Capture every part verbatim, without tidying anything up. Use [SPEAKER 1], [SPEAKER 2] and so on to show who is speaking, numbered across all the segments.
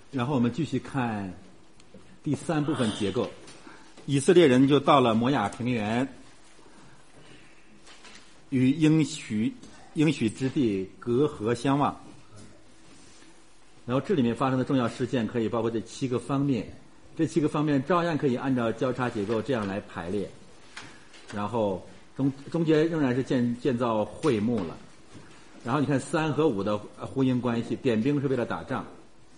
[SPEAKER 1] 然后我们继续看第三部分结构。以色列人就到了摩亚平原，与应许应许之地隔河相望。然后这里面发生的重要事件可以包括这七个方面，这七个方面照样可以按照交叉结构这样来排列。然后中中间仍然是建建造会幕了。然后你看三和五的呼应关系，点兵是为了打仗。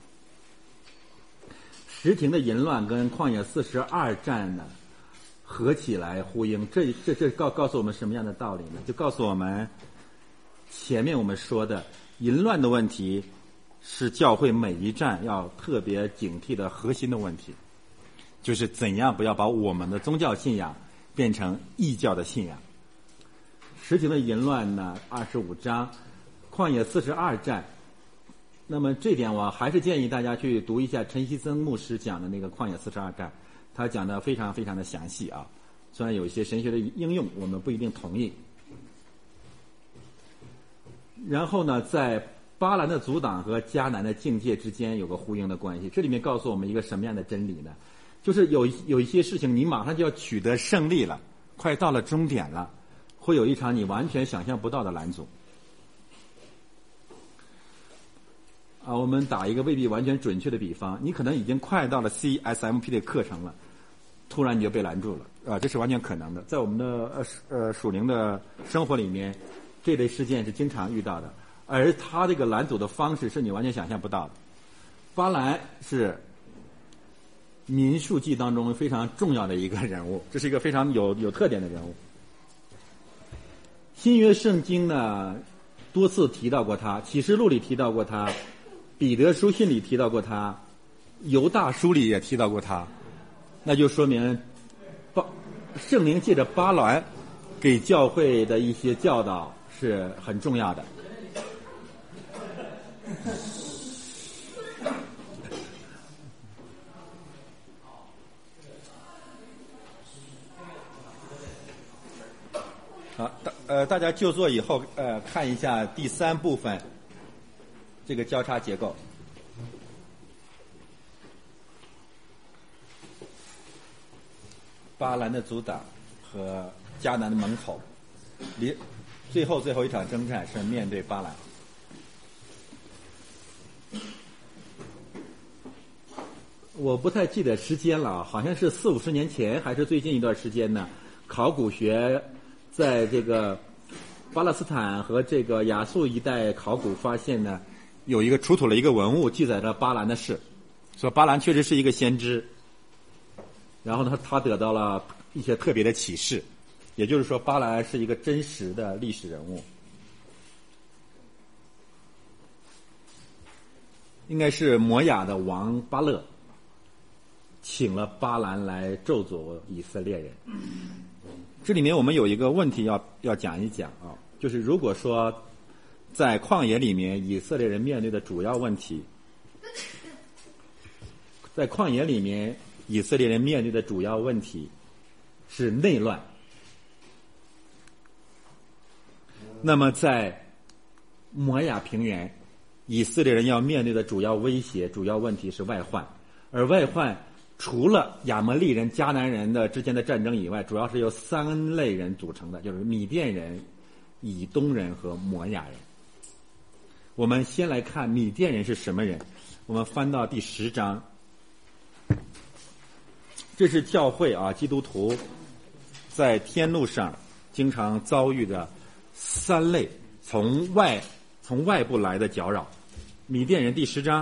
[SPEAKER 1] 石亭的淫乱跟旷野四十二战呢合起来呼应，这这这告告诉我们什么样的道理呢？就告诉我们前面我们说的淫乱的问题是教会每一战要特别警惕的核心的问题，就是怎样不要把我们的宗教信仰变成异教的信仰。石亭的淫乱呢，二十五章，旷野四十二战。那么这点我还是建议大家去读一下陈锡曾牧师讲的那个旷野四十二战，他讲的非常非常的详细啊。虽然有一些神学的应用我们不一定同意。然后呢，在巴兰的阻挡和迦南的境界之间有个呼应的关系。这里面告诉我们一个什么样的真理呢？就是有有一些事情你马上就要取得胜利了，快到了终点了，会有一场你完全想象不到的拦阻。啊，我们打一个未必完全准确的比方，你可能已经快到了 C S M P 的课程了，突然你就被拦住了，啊，这是完全可能的。在我们的呃呃属灵的生活里面，这类事件是经常遇到的，而他这个拦阻的方式是你完全想象不到的。巴兰是民数记当中非常重要的一个人物，这是一个非常有有特点的人物。新约圣经呢多次提到过他，启示录里提到过他，彼得书信里提到过他，犹大书里也提到过他，那就说明巴圣灵借着巴兰给教会的一些教导是很重要的。好，大呃大家就座以后，呃看一下第三部分这个交叉结构。巴兰的阻挡和迦南的门口，离最后最后一场征战是面对巴兰。我不太记得时间了，好像是四五十年前，还是最近一段时间呢？考古学在这个巴勒斯坦和这个亚述一带考古发现呢，有一个出土了一个文物，记载着巴兰的事，说巴兰确实是一个先知。然后呢，他得到了一些特别的启示，也就是说，巴兰是一个真实的历史人物，应该是摩亚的王巴勒请了巴兰来咒诅以色列人。这里面我们有一个问题要要讲一讲啊，就是如果说在旷野里面以色列人面对的主要问题，在旷野里面以色列人面对的主要问题是内乱，那么在摩亚平原以色列人要面对的主要威胁主要问题是外患，而外患除了亚摩利人迦南人的之间的战争以外，主要是由三类人组成的，就是米甸人、以东人和摩亚人。我们先来看米甸人是什么人，我们翻到第十章，这是教会啊，基督徒在天路上经常遭遇的三类从外从外部来的搅扰。米甸人第十章，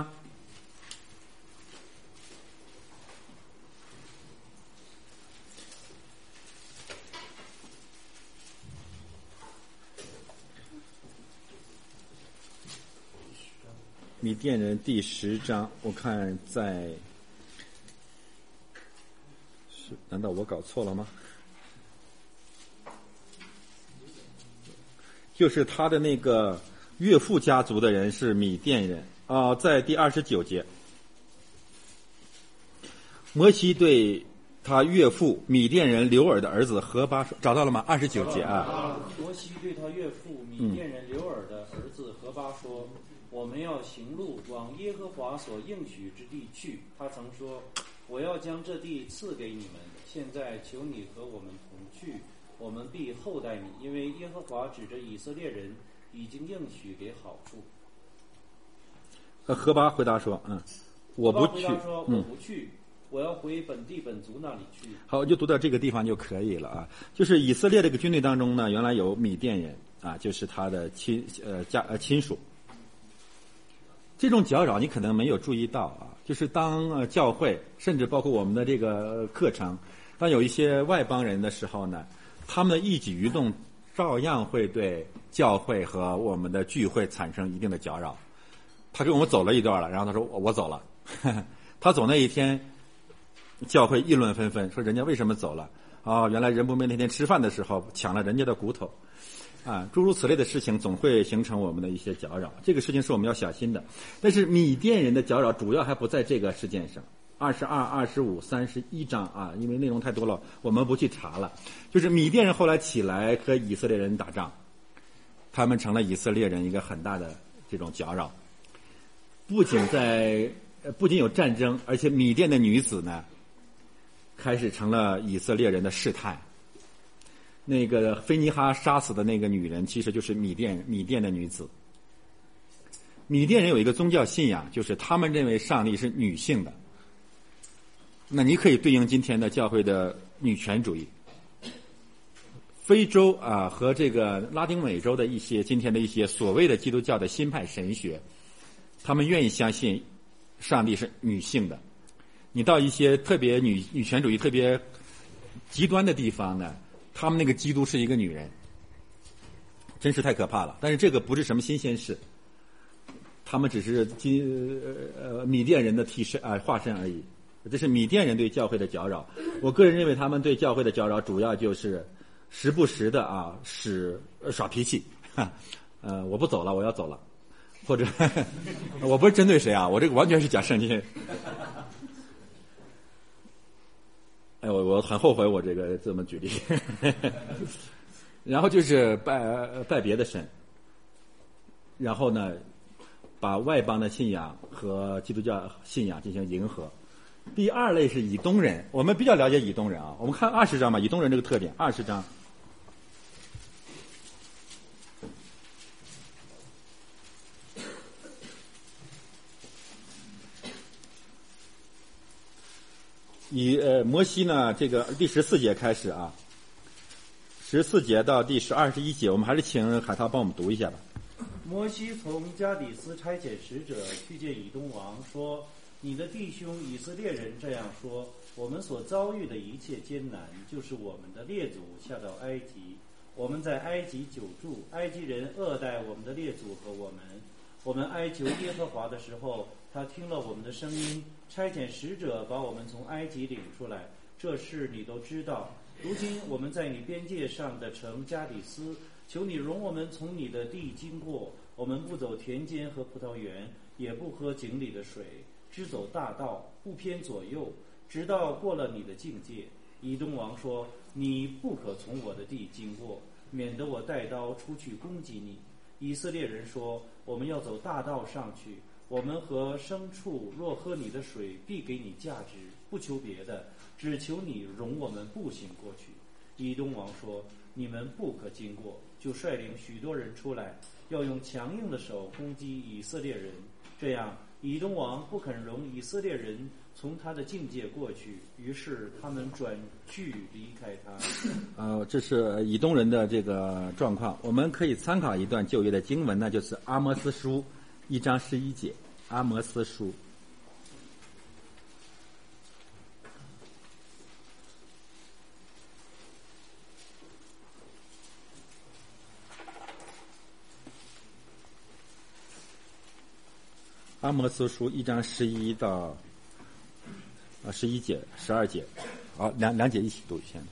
[SPEAKER 1] 米甸人第十章，我看在是，难道我搞错了吗？就是他的那个岳父家族的人是米甸人啊、呃，在第二十九节，摩西对他岳父米甸人流珥的儿子何巴说，找到了吗？二十九节啊。
[SPEAKER 2] 摩西对他岳父米甸人流珥的儿子何巴说：“ 我们要行路往耶和华所应许之地去。他曾说，我要将这地赐给你们，现在求你和我们同去，我们必厚待你，因为耶和华指着以色列人已经应许给好处。
[SPEAKER 1] 呃，何巴回答说：“嗯，我不去。”
[SPEAKER 2] 说：“我不去，嗯，我要回本地本族那里去。”
[SPEAKER 1] 好，就读到这个地方就可以了啊。就是以色列这个军队当中呢，原来有米甸人啊，就是他的亲呃家呃亲属。这种搅扰你可能没有注意到啊，就是当呃教会甚至包括我们的这个课程，当有一些外邦人的时候呢，他们的一举一动照样会对教会和我们的聚会产生一定的搅扰。他跟我们走了一段了，然后他说我我走了。他走那一天，教会议论纷纷，说人家为什么走了？哦，原来人不没那天吃饭的时候抢了人家的骨头，啊，诸如此类的事情总会形成我们的一些搅扰。这个事情是我们要小心的。但是米甸人的搅扰主要还不在这个事件上。二十二、二十五、三十一章啊，因为内容太多了，我们不去查了。就是米甸人后来起来和以色列人打仗，他们成了以色列人一个很大的这种搅扰。不仅在不仅有战争，而且米甸的女子呢，开始成了以色列人的试探。那个菲尼哈杀死的那个女人，其实就是米甸米甸的女子。米甸人有一个宗教信仰，就是他们认为上帝是女性的。那你可以对应今天的教会的女权主义。非洲啊和这个拉丁美洲的一些今天的一些所谓的基督教的新派神学，他们愿意相信上帝是女性的。你到一些特别女女权主义特别极端的地方呢，他们那个基督是一个女人，真是太可怕了。但是这个不是什么新鲜事，他们只是基呃米甸人的替身啊、呃、化身而已。这是米甸人对教会的搅扰。我个人认为他们对教会的搅扰主要就是时不时的啊使耍脾气，呃我不走了，我要走了。或者我不是针对谁啊，我这个完全是讲圣经。哎，我我很后悔我这个这么举例。然后就是拜拜别的神，然后呢，把外邦的信仰和基督教信仰进行迎合。第二类是以东人，我们比较了解以东人啊。我们看二十章吧，以东人这个特点，二十章。以呃摩西呢，这个第十四节开始啊，十四节到第十二十一节，我们还是请海涛帮我们读一下吧。
[SPEAKER 2] 摩西从加底斯差遣使者去见以东王，说：“你的弟兄以色列人这样说，我们所遭遇的一切艰难，就是我们的列祖下到埃及，我们在埃及久住，埃及人恶待我们的列祖和我们。我们哀求耶和华的时候，他听了我们的声音，差遣使者把我们从埃及领出来。这事你都知道。如今我们在你边界上的城加底斯，求你容我们从你的地经过。我们不走田间和葡萄园，也不喝井里的水，只走大道，不偏左右，直到过了你的境界。以东王说：你不可从我的地经过，免得我带刀出去攻击你。以色列人说：我们要走大道上去，我们和牲畜若喝你的水，必给你价值，不求别的，只求你容我们步行过去。以东王说：你们不可经过，就率领许多人出来，要用强硬的手攻击以色列人。这样以东王不肯容以色列人从他的境界过去，于是他们转去离开他。
[SPEAKER 1] 呃，这是以东人的这个状况。我们可以参考一段旧约的经文呢，就是阿摩斯书一章十一节。阿摩斯书阿摩斯书一章十一到啊十一节、十二节，好，两两节一起读一下。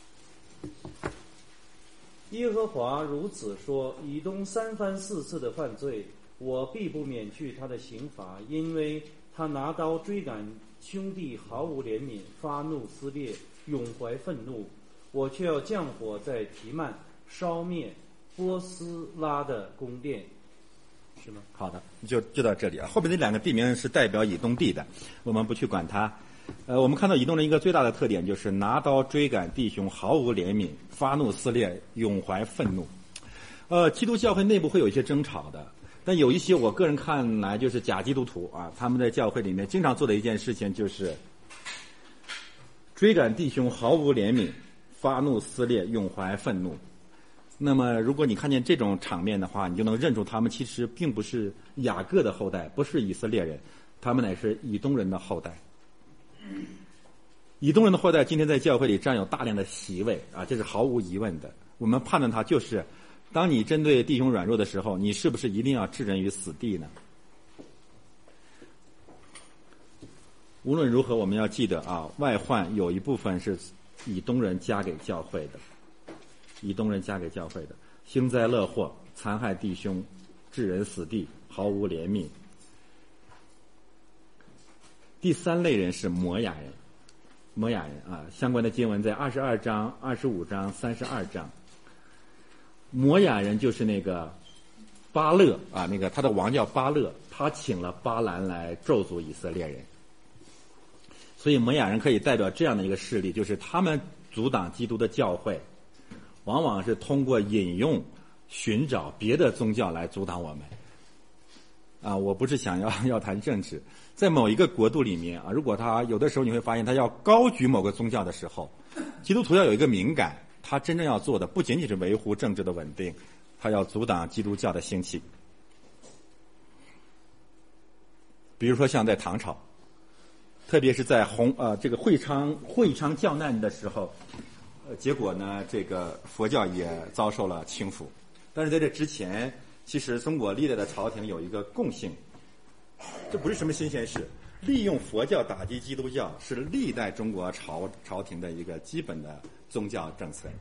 [SPEAKER 2] 耶和华如此说：以东三番四次的犯罪，我必不免去他的刑罚，因为他拿刀追赶兄弟，毫无怜悯，发怒撕裂，永怀愤怒。我却要降火在提曼，烧灭波斯拉的宫殿。 是吗？
[SPEAKER 1] 好的，就就到这里啊。后面那两个地名是代表以东地的，我们不去管它。呃，我们看到以东人一个最大的特点就是拿刀追赶弟兄，毫无怜悯，发怒撕裂，永怀愤怒。呃，基督教会内部会有一些争吵的，但有一些我个人看来就是假基督徒啊，他们在教会里面经常做的一件事情就是追赶弟兄，毫无怜悯，发怒撕裂，永怀愤怒。那么如果你看见这种场面的话，你就能认出他们其实并不是雅各的后代，不是以色列人，他们乃是以东人的后代。以东人的后代今天在教会里占有大量的席位啊，这是毫无疑问的。我们判断他就是当你针对弟兄软弱的时候，你是不是一定要置人于死地呢？无论如何，我们要记得啊，外患有一部分是以东人加给教会的，以东人加给教会的，幸灾乐祸，残害弟兄，置人死地，毫无怜悯。第三类人是摩亚人，摩亚人啊，相关的经文在二十二章、二十五章、三十二章。摩亚人就是那个巴勒啊，那个他的王叫巴勒，他请了巴兰来咒诅以色列人。所以摩亚人可以代表这样的一个势力，就是他们阻挡基督的教会，往往是通过引用、寻找别的宗教来阻挡我们。啊，我不是想要要谈政治，在某一个国度里面啊，如果他有的时候你会发现他要高举某个宗教的时候，基督徒要有一个敏感，他真正要做的不仅仅是维护政治的稳定，他要阻挡基督教的兴起。比如说像在唐朝，特别是在洪呃这个会昌会昌教难的时候，呃结果呢这个佛教也遭受了倾覆。但是在这之前，其实中国历代的朝廷有一个共性，这不是什么新鲜事，利用佛教打击基督教是历代中国朝朝廷的一个基本的宗教政策。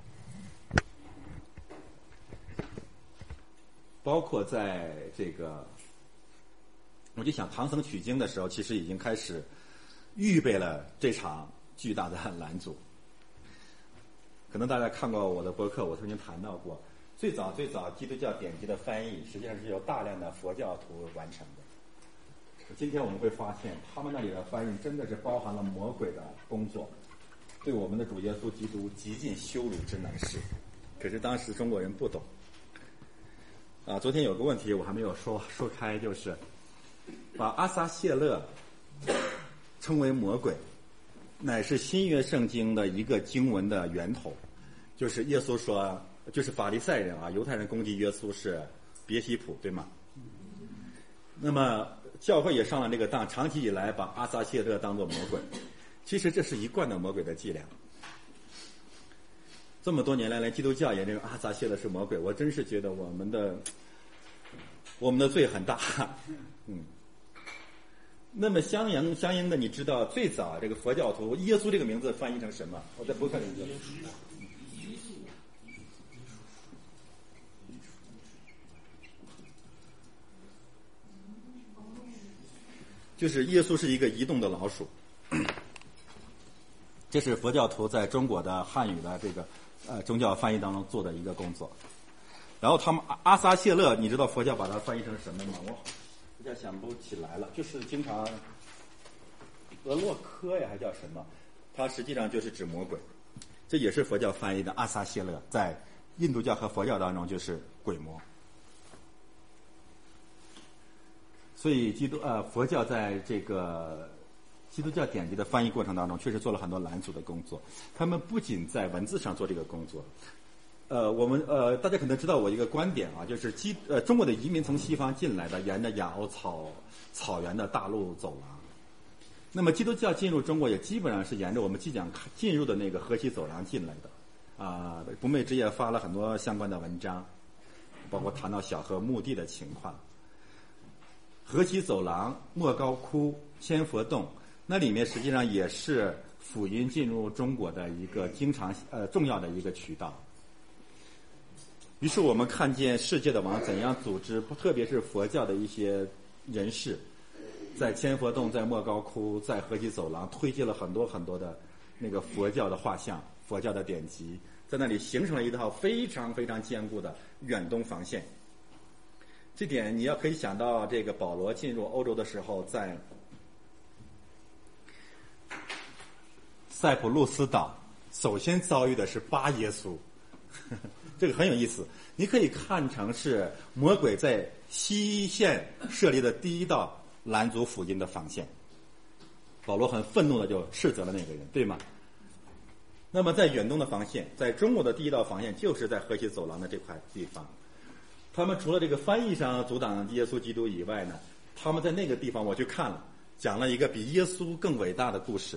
[SPEAKER 1] 包括在这个我就想唐僧取经的时候，其实已经开始预备了这场巨大的拦阻。可能大家看过我的博客，我曾经谈到过，最早最早基督教典籍的翻译实际上是由大量的佛教徒完成的。今天我们会发现，他们那里的翻译真的是包含了魔鬼的工作，对我们的主耶稣基督极尽羞辱之能事。可是当时中国人不懂。啊，昨天有个问题我还没有说说开，就是把阿撒谢勒称为魔鬼，乃是新约圣经的一个经文的源头。就是耶稣说，就是法利赛人啊，犹太人攻击耶稣是别西卜，对吗？那么教会也上了这个当，长期以来把阿撒谢勒当作魔鬼。其实这是一贯的魔鬼的伎俩。这么多年来，连基督教也认为阿撒谢勒是魔鬼，我真是觉得我们的我们的罪很大。嗯。那么相应相应的，你知道最早这个佛教徒耶稣这个名字翻译成什么？我再不看名字。就是耶稣是一个移动的老鼠。这是佛教徒在中国的汉语的这个呃宗教翻译当中做的一个工作。然后他们阿阿撒谢勒，你知道佛教把它翻译成什么吗？我一下想不起来了，就是经常俄洛科呀，还叫什么？它实际上就是指魔鬼。这也是佛教翻译的阿撒谢勒，在印度教和佛教当中就是鬼魔。所以基督呃佛教在这个基督教典籍的翻译过程当中，确实做了很多拦阻的工作。他们不仅在文字上做这个工作，呃，我们呃大家可能知道我一个观点啊，就是基呃中国的移民从西方进来的，沿着亚欧草草原的大陆走廊。那么基督教进入中国也基本上是沿着我们即将进入的那个河西走廊进来的。啊、呃，不寐之夜发了很多相关的文章，包括谈到小河墓地的情况。河西走廊、莫高窟、千佛洞，那里面实际上也是福音进入中国的一个经常呃重要的一个渠道。于是我们看见世界的王怎样组织，特别是佛教的一些人士，在千佛洞、在莫高窟、在河西走廊推进了很多很多的那个佛教的画像、佛教的典籍，在那里形成了一套非常非常坚固的远东防线。 这点你要可以想到，这个保罗进入欧洲的时候，在塞浦路斯岛，首先遭遇的是巴耶稣，这个很有意思。你可以看成是魔鬼在西线设立的第一道拦阻福音的防线。保罗很愤怒的就斥责了那个人，对吗？那么在远东的防线，在中国的第一道防线就是在河西走廊的这块地方。他们除了这个翻译上阻挡耶稣基督以外呢，他们在那个地方我去看了，讲了一个比耶稣更伟大的故事，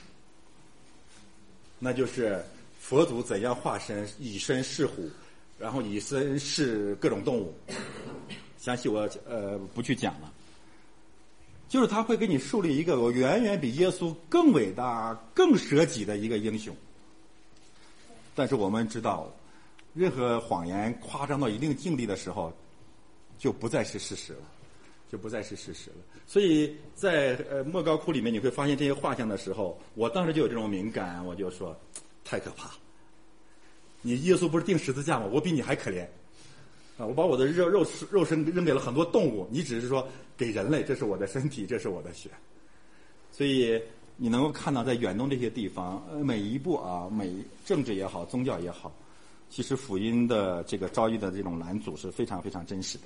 [SPEAKER 1] 那就是佛祖怎样化身以身试虎，然后以身试各种动物。详细我呃不去讲了。就是他会给你树立一个远远比耶稣更伟大、更舍己的一个英雄。但是我们知道，任何谎言夸张到一定境地的时候，就不再是事实了，就不再是事实了。所以在呃莫高窟里面，你会发现这些画像的时候，我当时就有这种敏感，我就说，太可怕！你耶稣不是钉十字架吗？我比你还可怜啊！我把我的肉肉肉身扔给了很多动物，你只是说给人类，这是我的身体，这是我的血。所以你能够看到，在远东这些地方，呃，每一步啊，每政治也好，宗教也好，其实福音的这个遭遇的这种拦阻是非常非常真实的。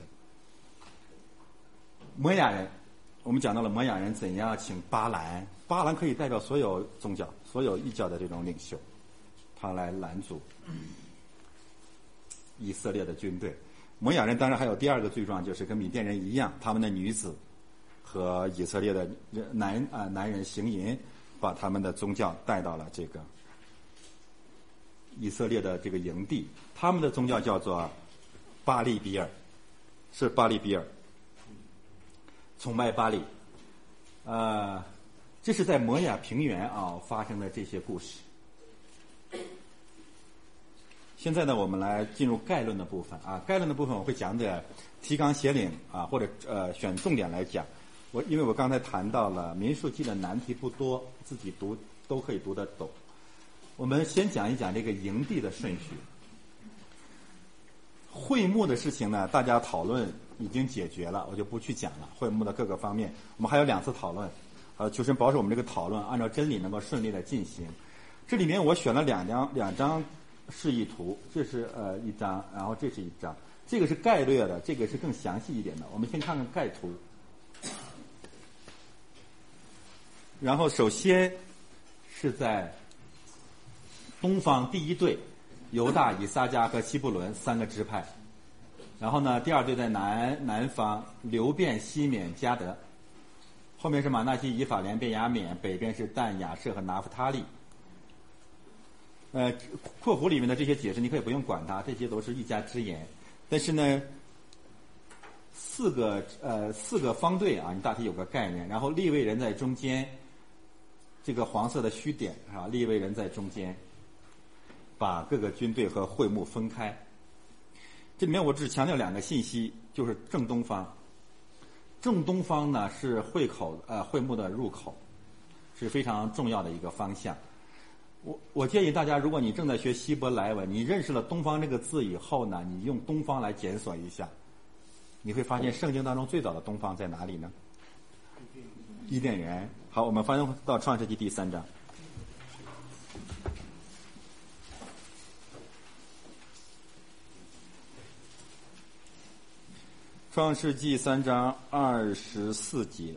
[SPEAKER 1] 摩亚人，我们讲到了摩亚人怎样请巴兰，巴兰可以代表所有宗教、所有异教的这种领袖，他来拦阻以色列的军队。摩亚人当然还有第二个罪状，就是跟缅甸人一样，他们的女子和以色列的男啊、呃、男人行淫，把他们的宗教带到了这个以色列的这个营地。他们的宗教叫做巴利比尔，是巴利比尔，崇拜巴利。呃，这是在摩亚平原啊发生的这些故事。现在呢，我们来进入概论的部分啊。概论的部分我会讲的提纲挈领啊，或者呃选重点来讲。我因为我刚才谈到了民数记的难题不多，自己读都可以读得懂。我们先讲一讲这个营地的顺序。会幕的事情呢，大家讨论已经解决了，我就不去讲了。会幕的各个方面，我们还有两次讨论，呃，求神保守我们这个讨论按照真理能够顺利的进行。这里面我选了两张两张示意图，这是呃一张，然后这是一张，这个是概略的，这个是更详细一点的。我们先看看概图。然后首先是在东方第一队，犹大、以撒迦和西布伦三个支派。然后呢，第二队在南南方，流便、西缅、迦得。后面是马纳西、以法莲、便雅悯，北边是但、亚设和拿弗他利。呃，括弧里面的这些解释你可以不用管它，这些都是一家之言。但是呢，四个呃四个方队啊，你大体有个概念。然后利未人在中间，这个黄色的虚点是吧？利未人在中间，把各个军队和会幕分开。这里面我只强调两个信息，就是正东方。正东方呢是会口呃会幕的入口，是非常重要的一个方向。我我建议大家，如果你正在学希伯来文，你认识了东方这个字以后呢，你用东方来检索一下，你会发现圣经当中最早的东方在哪里呢？伊甸园。好，我们翻到创世纪第三章。创世纪三章二十四节。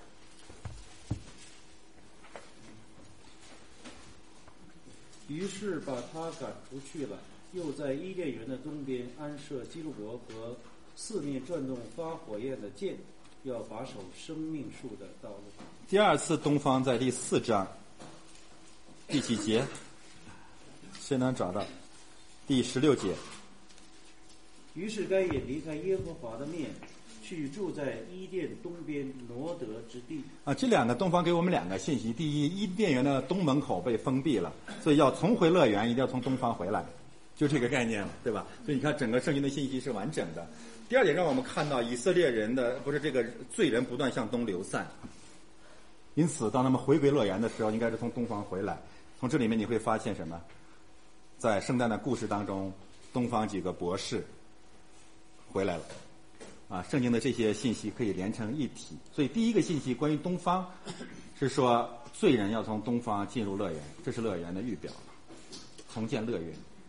[SPEAKER 2] 于是把他赶出去了，又在伊甸园的东边安设基路伯和四面转动发火焰的剑，要把守生命树的道路。
[SPEAKER 1] 第二次东方在第四章第几节？谁能找到？第十六节。
[SPEAKER 2] 于是该隐离开耶和华的面，去住在伊甸东边挪得之地。
[SPEAKER 1] 啊，这两个东方给我们两个信息：第一，伊甸园的东门口被封闭了，所以要重回乐园，一定要从东方回来，就这个概念了，对吧？所以你看，整个圣经的信息是完整的。第二点，让我们看到以色列人的不是这个罪人不断向东流散，因此当他们回归乐园的时候，应该是从东方回来。从这里面你会发现什么？在圣诞的故事当中，东方几个博士回来了， 啊，圣经的这些信息可以连成一体。所以第一个信息关于东方，是说罪人要从东方进入乐园，这是乐园的预表，重建乐园。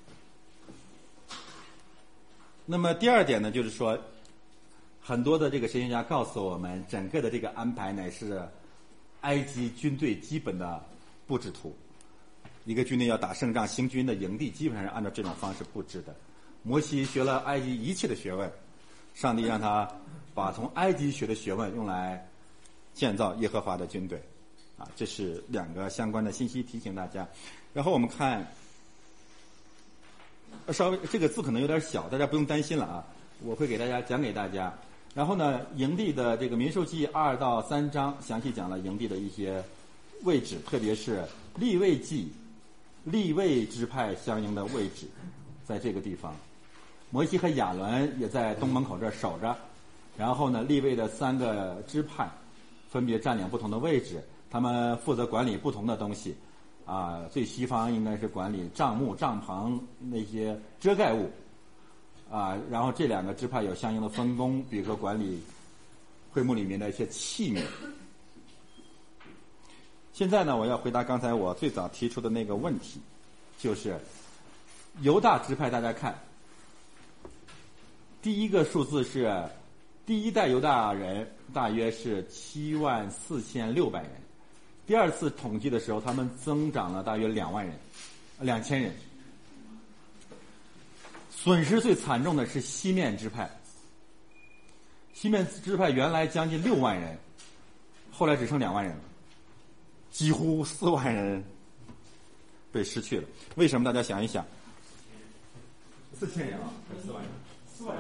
[SPEAKER 1] 那么第二点呢，就是说，很多的这个神学家告诉我们，整个的这个安排乃是埃及军队基本的布置图。一个军队要打胜仗，行军的营地基本上是按照这种方式布置的。摩西学了埃及一切的学问，上帝让他把从埃及学的学问用来建造耶和华的军队。啊，这是两个相关的信息提醒大家。然后我们看，稍微这个字可能有点小，大家不用担心了啊，我会给大家讲给大家。然后呢，营地的这个民数记二到三章详细讲了营地的一些位置，特别是利未记、利未支派相应的位置，在这个地方。摩西和亚伦也在东门口这儿守着，然后呢，利未的三个支派分别占领不同的位置，他们负责管理不同的东西。啊，最西方应该是管理帐幕、帐篷那些遮盖物。啊，然后这两个支派有相应的分工，比如说管理会幕里面的一些器皿。现在呢，我要回答刚才我最早提出的那个问题，就是犹大支派，大家看，第一个数字是第一代犹大人大约是七万四千六百人，第二次统计的时候，他们增长了大约两万人，两千人。损失最惨重的是西面支派，西面支派原来将近六万人，后来只剩两万人了，几乎四万人被失去了。为什么？大家想一想，四千人啊，还是四万人？四万人。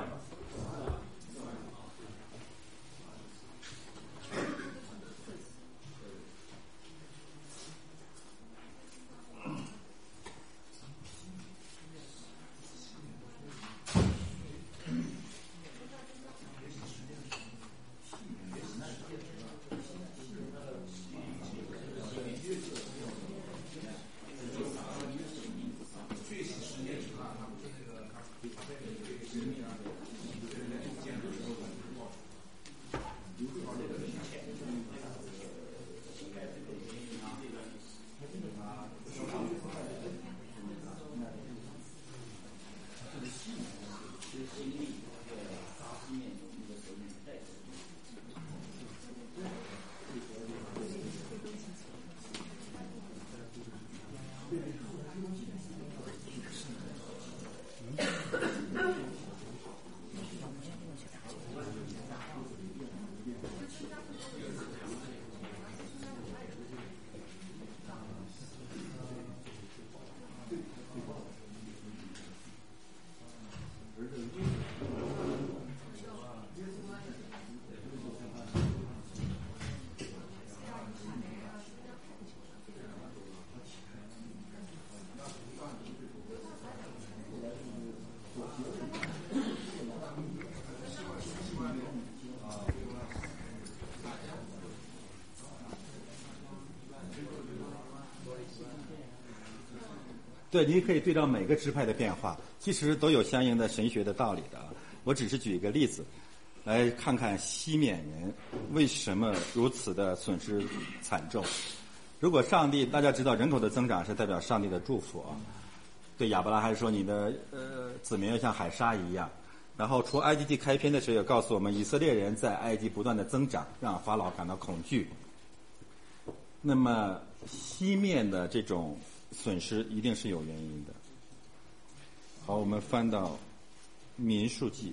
[SPEAKER 1] 对，您可以对照每个支派的变化，其实都有相应的神学的道理的。我只是举一个例子，来看看西缅人为什么如此的损失惨重。如果上帝，大家知道人口的增长是代表上帝的祝福啊，对亚伯拉罕说你的呃子民要像海沙一样。然后出埃及记开篇的时候也告诉我们，以色列人在埃及不断的增长，让法老感到恐惧。那么西面的这种损失一定是有原因的。好，我们翻到民数记。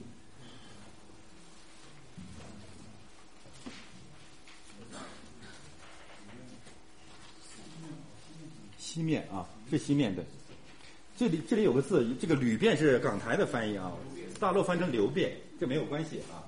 [SPEAKER 1] 西面啊，是西面对。这里这里有个字，这个吕便是港台的翻译啊，大陆翻成刘辩，这没有关系啊。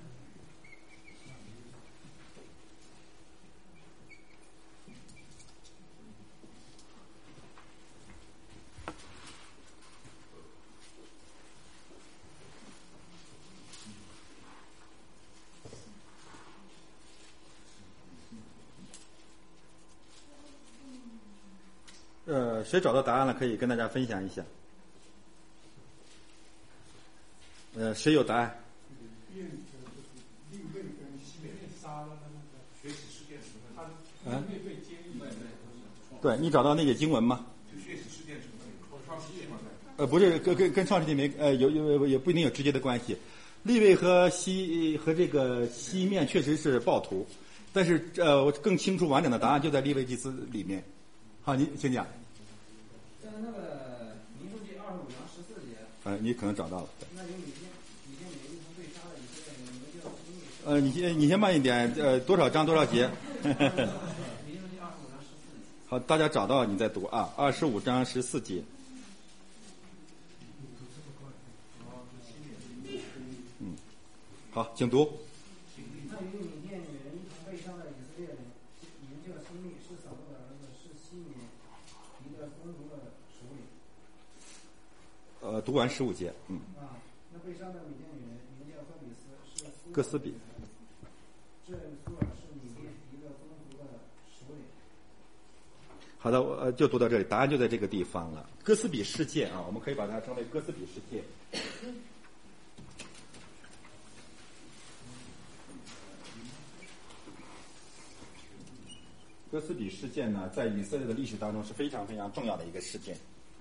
[SPEAKER 1] 呃，谁找到答案了，可以跟大家分享一下。呃，谁有答案？ 啊，对，你找到那个经文吗？呃，不是，跟跟跟创世纪没呃有有也不一定有直接的关系。利未和西和这个西面确实是暴徒，但是呃，我更清楚完整的答案就在利未记司里面。好，你请讲。
[SPEAKER 3] 在那个民数记二十五章十四节。
[SPEAKER 1] 呃，你可能找到了。
[SPEAKER 3] 那有米天米天女一同被杀的以色列人，你们就要经历。
[SPEAKER 1] 呃，你先你先慢一点，呃，多少章多少节？
[SPEAKER 3] 民数记二十五章十四节。
[SPEAKER 1] 好，大家找到你再读啊，二十五章十四节。嗯，好，请读。
[SPEAKER 3] 那与米甸女人一同被杀的以色列人，名叫希利，是扫罗的儿子，是西缅一个宗族的首领。
[SPEAKER 1] 呃，读完十五节，嗯。
[SPEAKER 3] 啊，那被杀的米甸女人名叫戈比斯，是
[SPEAKER 1] 哥斯比。
[SPEAKER 3] 这苏尔是米甸一个宗族的首领。
[SPEAKER 1] 好的，我呃就读到这里，答案就在这个地方了。哥斯比事件啊，我们可以把它称为哥斯比事件。哥斯比事件呢，在以色列的历史当中是非常非常重要的一个事件。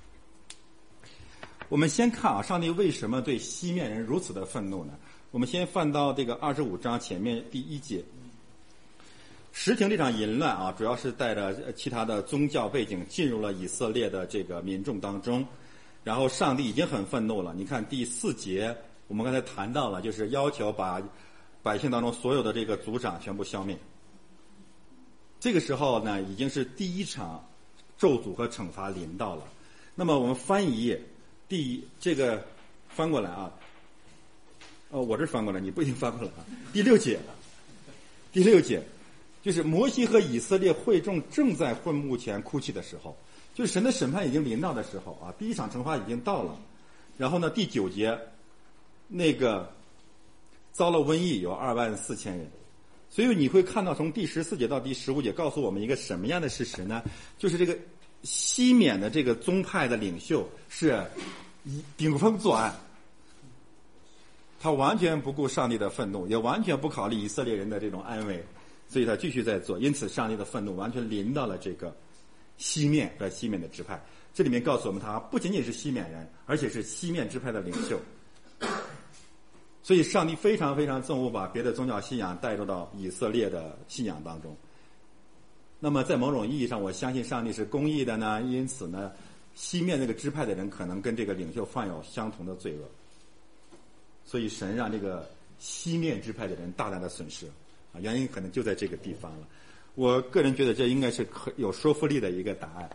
[SPEAKER 1] 我们先看啊，上帝为什么对西面人如此的愤怒呢？我们先翻到这个二十五章前面第一节。实行这场淫乱啊，主要是带着其他的宗教背景进入了以色列的这个民众当中，然后上帝已经很愤怒了。你看第四节，我们刚才谈到了，就是要求把百姓当中所有的这个族长全部消灭。这个时候呢，已经是第一场咒诅和惩罚临到了。那么我们翻一页，第一这个翻过来啊，哦，我这翻过来，你不一定翻过来啊。第六节，第六节。就是摩西和以色列会众正在会幕前哭泣的时候，就是神的审判已经临到的时候啊，第一场惩罚已经到了。然后呢，第九节，那个遭了瘟疫有二万四千人，所以你会看到从第十四节到第十五节告诉我们一个什么样的事实呢？就是这个西缅的这个宗派的领袖是顶风作案，他完全不顾上帝的愤怒，也完全不考虑以色列人的这种安危。所以他继续在做，因此上帝的愤怒完全临到了这个西面和西面的支派。这里面告诉我们，他不仅仅是西缅人，而且是西面支派的领袖。所以上帝非常非常憎恶把别的宗教信仰带入到以色列的信仰当中。那么在某种意义上，我相信上帝是公义的呢，因此呢，西面那个支派的人可能跟这个领袖犯有相同的罪恶。所以神让这个西面支派的人大大的损失。原因可能就在这个地方了。我个人觉得这应该是可有说服力的一个答案。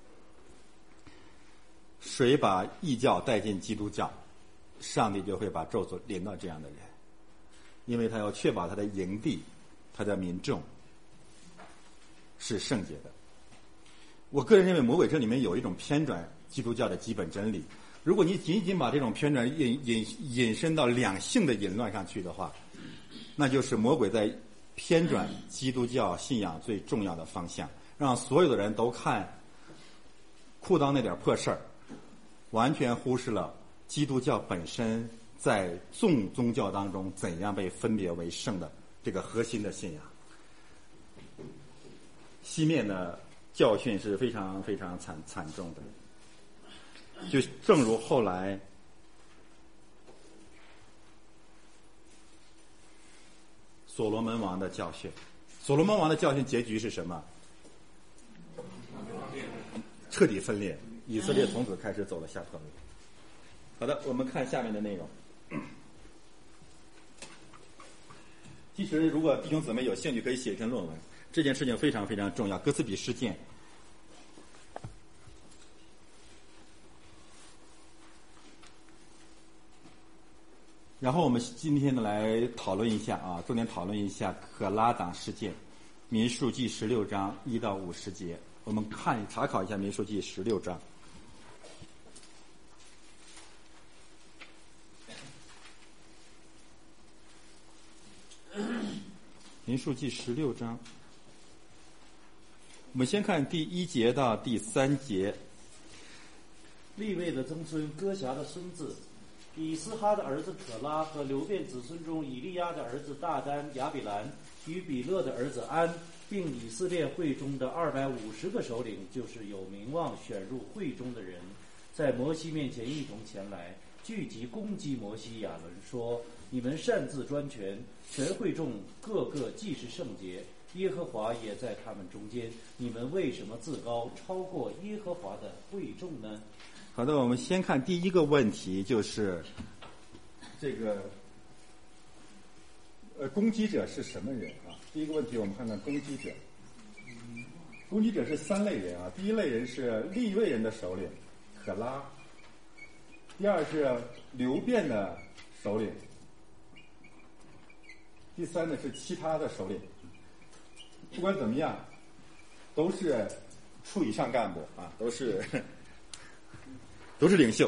[SPEAKER 1] 谁把异教带进基督教，上帝就会把咒诅临到这样的人，因为他要确保他的营地、他的民众是圣洁的。我个人认为魔鬼这里面有一种偏转基督教的基本真理。如果你仅仅把这种偏转引引引申到两性的淫乱上去的话，那就是魔鬼在偏转基督教信仰最重要的方向，让所有的人都看裤裆那点破事儿，完全忽视了基督教本身在众宗教当中怎样被分别为圣的这个核心的信仰。西面的教训是非常非常惨惨重的，就正如后来所罗门王的教训。所罗门王的教训结局是什么？彻底分裂，以色列从此开始走了下坡路。好的，我们看下面的内容。其实如果弟兄姊妹有兴趣，可以写一篇论文，这件事情非常非常重要。哥斯比事件，然后我们今天呢来讨论一下啊，重点讨论一下可拉党事件，民数记十六章一到五十节，我们看查考一下民数记十六章。民数记十六章，我们先看第一节到第三节。
[SPEAKER 2] 利未的曾孙哥辖的孙子以斯哈的儿子可拉和流便子孙中以利亚的儿子大丹、亚比兰与比勒的儿子安并以色列会中的二百五十个首领，就是有名望选入会中的人，在摩西面前一同前来，聚集攻击摩西亚伦，说：你们擅自专权，全会众个个既是圣洁，耶和华也在他们中间，你们为什么自高，超过耶和华的会众呢？
[SPEAKER 1] 好的，我们先看第一个问题，就是这个呃，攻击者是什么人啊？第一个问题，我们看看攻击者。攻击者是三类人啊，第一类人是利未人的首领可拉，第二是流变的首领，第三呢是其他的首领。不管怎么样，都是处以上干部啊，都是都是领袖。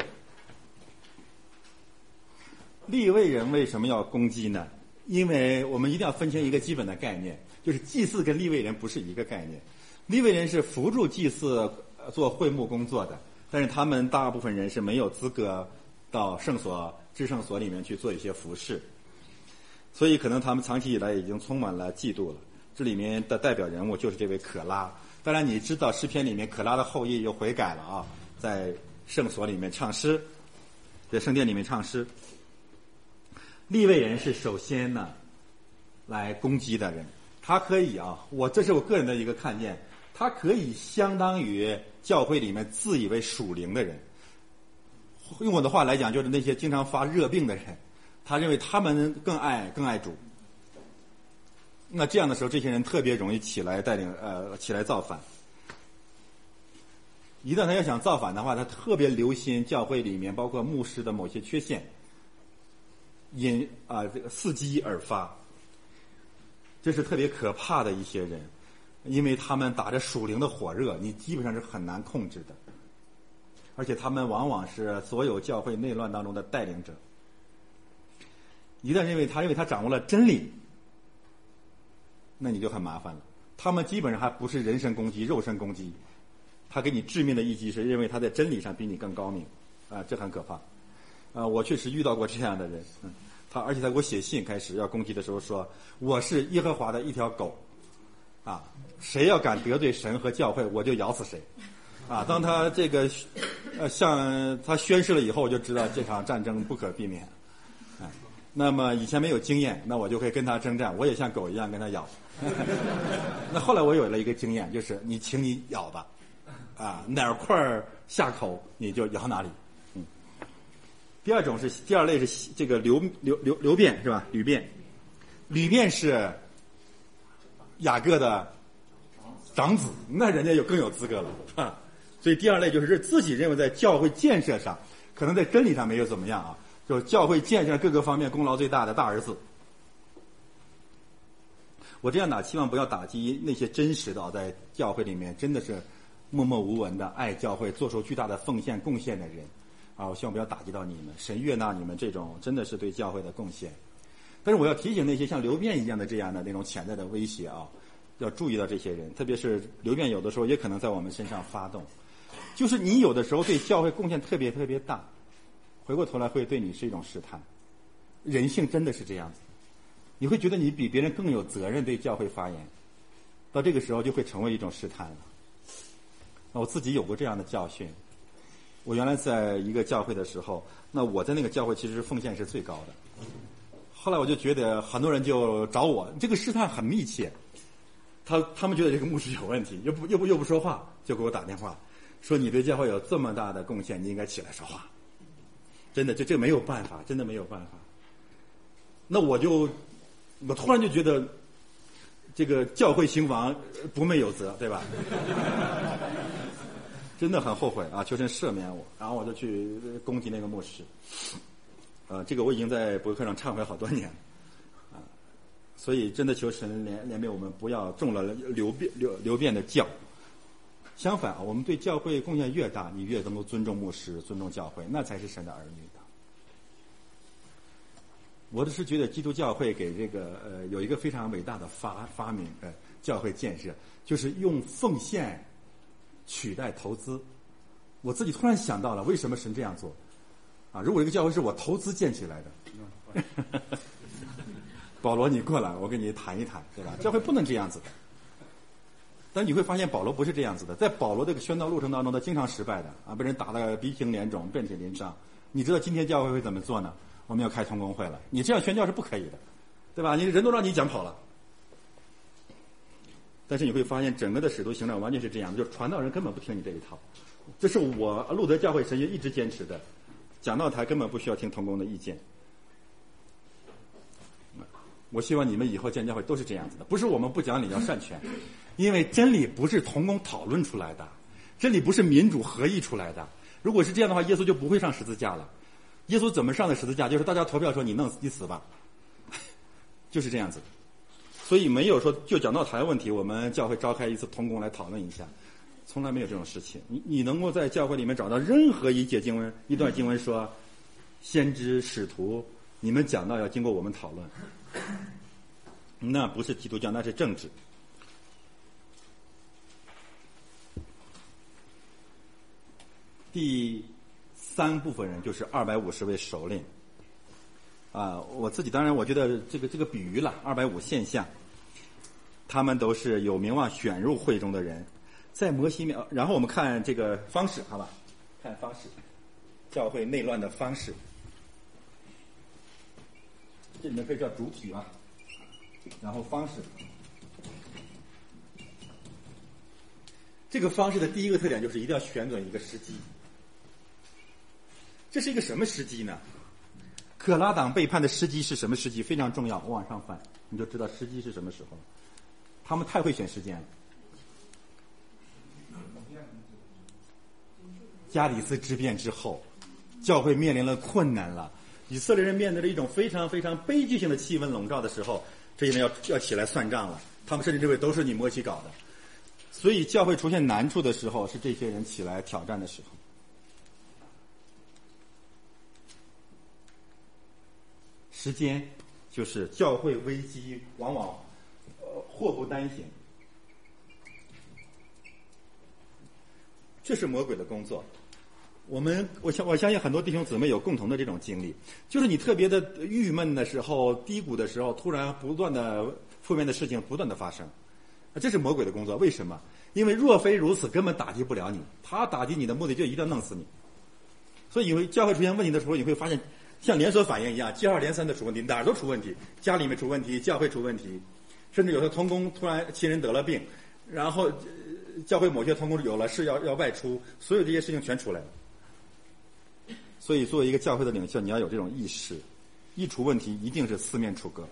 [SPEAKER 1] 利未人为什么要攻击呢？因为我们一定要分清一个基本的概念，就是祭司跟利未人不是一个概念。利未人是辅助祭司做会幕工作的，但是他们大部分人是没有资格到圣所、至圣所里面去做一些服事，所以可能他们长期以来已经充满了嫉妒了。这里面的代表人物就是这位可拉。当然你知道诗篇里面可拉的后裔又悔改了啊，在圣所里面唱诗，在圣殿里面唱诗。利未人是首先呢来攻击的人，他可以啊，我这是我个人的一个看见，他可以相当于教会里面自以为属灵的人，用我的话来讲，就是那些经常发热病的人，他认为他们更爱更爱主。那这样的时候，这些人特别容易起来带领呃起来造反。一旦他要想造反的话，他特别留心教会里面包括牧师的某些缺陷，因啊、呃、这个伺机而发。这是特别可怕的一些人，因为他们打着属灵的火热，你基本上是很难控制的。而且他们往往是所有教会内乱当中的带领者。一旦认为他认为他掌握了真理，那你就很麻烦了。他们基本上还不是人身攻击、肉身攻击，他给你致命的一击是认为他在真理上比你更高明，啊，这很可怕。啊，我确实遇到过这样的人，嗯，他而且他给我写信开始要攻击的时候说，我是耶和华的一条狗，啊，谁要敢得罪神和教会，我就咬死谁。啊，当他这个呃向他宣誓了以后，我就知道这场战争不可避免。啊，那么以前没有经验，那我就会跟他征战，我也像狗一样跟他咬。那后来我有了一个经验，就是你请你咬吧，啊，哪块下口你就咬哪里。嗯。第二种是第二类是这个流流流流变是吧？吕变，吕变是雅各的长子，那人家就更有资格了啊。所以第二类就是自己认为在教会建设上，可能在真理上没有怎么样啊，就教会建设各个方面功劳最大的大儿子。我这样打，希望不要打击那些真实的啊，在教会里面真的是默默无闻的爱教会、做出巨大的奉献贡献的人啊，我希望不要打击到你们，神悦纳你们这种真的是对教会的贡献。但是我要提醒那些像流变一样的这样的那种潜在的威胁啊，要注意到这些人，特别是流变有的时候也可能在我们身上发动。就是你有的时候对教会贡献特别特别大，回过头来会对你是一种试探。人性真的是这样子，你会觉得你比别人更有责任对教会发言，到这个时候就会成为一种试探了。我自己有过这样的教训。我原来在一个教会的时候，那我在那个教会其实奉献是最高的。后来我就觉得很多人就找我，这个试探很密切。他他们觉得这个牧师有问题，又不又不又不说话，就给我打电话说你对教会有这么大的贡献，你应该起来说话。真的，这这没有办法，真的没有办法。那我就我突然就觉得，这个教会兴亡不昧有责，对吧？真的很后悔啊！求神赦免我，然后我就去攻击那个牧师。呃，这个我已经在博客上忏悔好多年了啊，所以真的求神怜怜悯我们，不要中了流变流流变的教。相反啊，我们对教会贡献越大，你越能够尊重牧师、尊重教会，那才是神的儿女的。我的是觉得基督教会给这个呃有一个非常伟大的发发明，呃，教会建设就是用奉献取代投资。我自己突然想到了，为什么神这样做？啊，如果这个教会是我投资建起来的，保罗你过来，我跟你谈一谈，对吧？教会不能这样子的。 但你会发现保罗不是这样子的，在保罗这个宣道路程当中，他经常失败的啊，被人打得鼻青脸肿、遍体鳞伤。你知道今天教会会怎么做呢？我们要开同工会了，你这样宣教是不可以的，对吧？你人都让你讲跑了。但是你会发现，整个的使徒行传完全是这样的，就是传道人根本不听你这一套。这是我路德教会神学一直坚持的，讲道台根本不需要听同工的意见。我希望你们以后建教会都是这样子的，不是我们不讲理要擅权，因为真理不是同工讨论出来的，真理不是民主合议出来的。如果是这样的话，耶稣就不会上十字架了。耶稣怎么上的十字架？就是大家投票说你弄你死吧，就是这样子。所以没有说就讲道台问题，我们教会召开一次同工来讨论一下，从来没有这种事情。你你能够在教会里面找到任何一节经文、一段经文说，先知、使徒，你们讲道要经过我们讨论，那不是基督教，那是政治。第三部分人就是二百五十位首领。啊，我自己当然我觉得这个这个比喻了，二百五现象，他们都是有名望选入会中的人，在摩西面。然后我们看这个方式，好吧？看方式，教会内乱的方式，这里面可以叫主体啊，然后方式。这个方式的第一个特点就是一定要选准一个时机。这是一个什么时机呢？可拉党背叛的时机是什么时机？非常重要，我往上翻，你就知道时机是什么时候。他们太会选时间了。加里斯之变之后，教会面临了困难了，以色列人面对着一种非常非常悲剧性的气氛笼罩的时候，这些人要要起来算账了。他们甚至认为都是你摩西搞的，所以教会出现难处的时候，是这些人起来挑战的时候。时间就是教会危机往往呃祸不单行，这是魔鬼的工作。我们我相我相信很多弟兄姊妹有共同的这种经历，就是你特别的郁闷的时候、低谷的时候，突然不断的负面的事情不断的发生，这是魔鬼的工作。为什么？因为若非如此，根本打击不了你。他打击你的目的就一定要弄死你。所以，因为教会出现问题的时候，你会发现。像连锁反应一样，接二连三的出问题，哪儿都出问题，家里面出问题，教会出问题，甚至有的同工突然亲人得了病，然后教会某些同工有了事要要外出，所有这些事情全出来了。所以作为一个教会的领袖，你要有这种意识，一出问题一定是四面楚歌。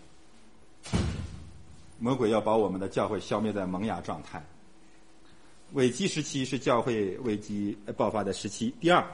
[SPEAKER 1] 魔鬼要把我们的教会消灭在萌芽状态。危机时期是教会危机爆发的时期。第二。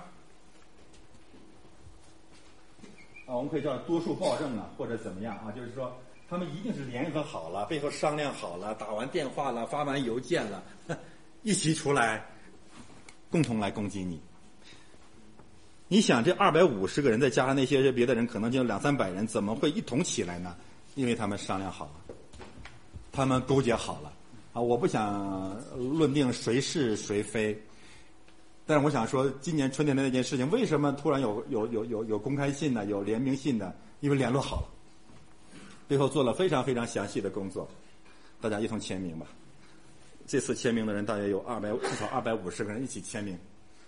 [SPEAKER 1] 啊，我们可以叫多数暴政啊，或者怎么样啊？就是说，他们一定是联合好了，背后商量好了，打完电话了，发完邮件了，一起出来，共同来攻击你。你想，这二百五十个人，再加上那些别的人，可能就两三百人，怎么会一同起来呢？因为他们商量好了，他们勾结好了。啊，我不想论定谁是谁非。但是我想说，今年春天的那件事情，为什么突然有有有有有公开信呢？有联名信呢？因为联络好了，背后做了非常非常详细的工作，大家一同签名吧。这次签名的人大约有二百，至少二百五十个人一起签名。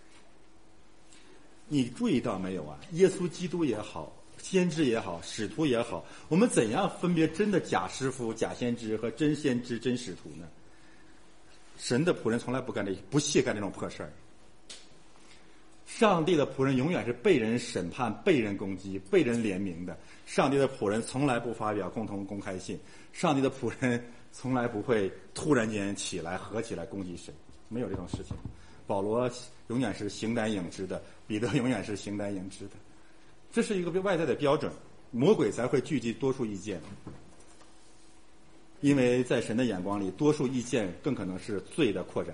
[SPEAKER 1] 你注意到没有啊？耶稣基督也好，先知也好，使徒也好，我们怎样分别真的假师傅、假先知和真先知、真使徒呢？神的仆人从来不干这不屑干这种破事儿。上帝的仆人永远是被人审判、被人攻击、被人怜悯的。上帝的仆人从来不发表共同公开信，上帝的仆人从来不会突然间起来合起来攻击谁，没有这种事情。保罗永远是形单影只的，彼得永远是形单影只的，这是一个外在的标准，魔鬼才会聚集多数意见。因为在神的眼光里，多数意见更可能是罪的扩展。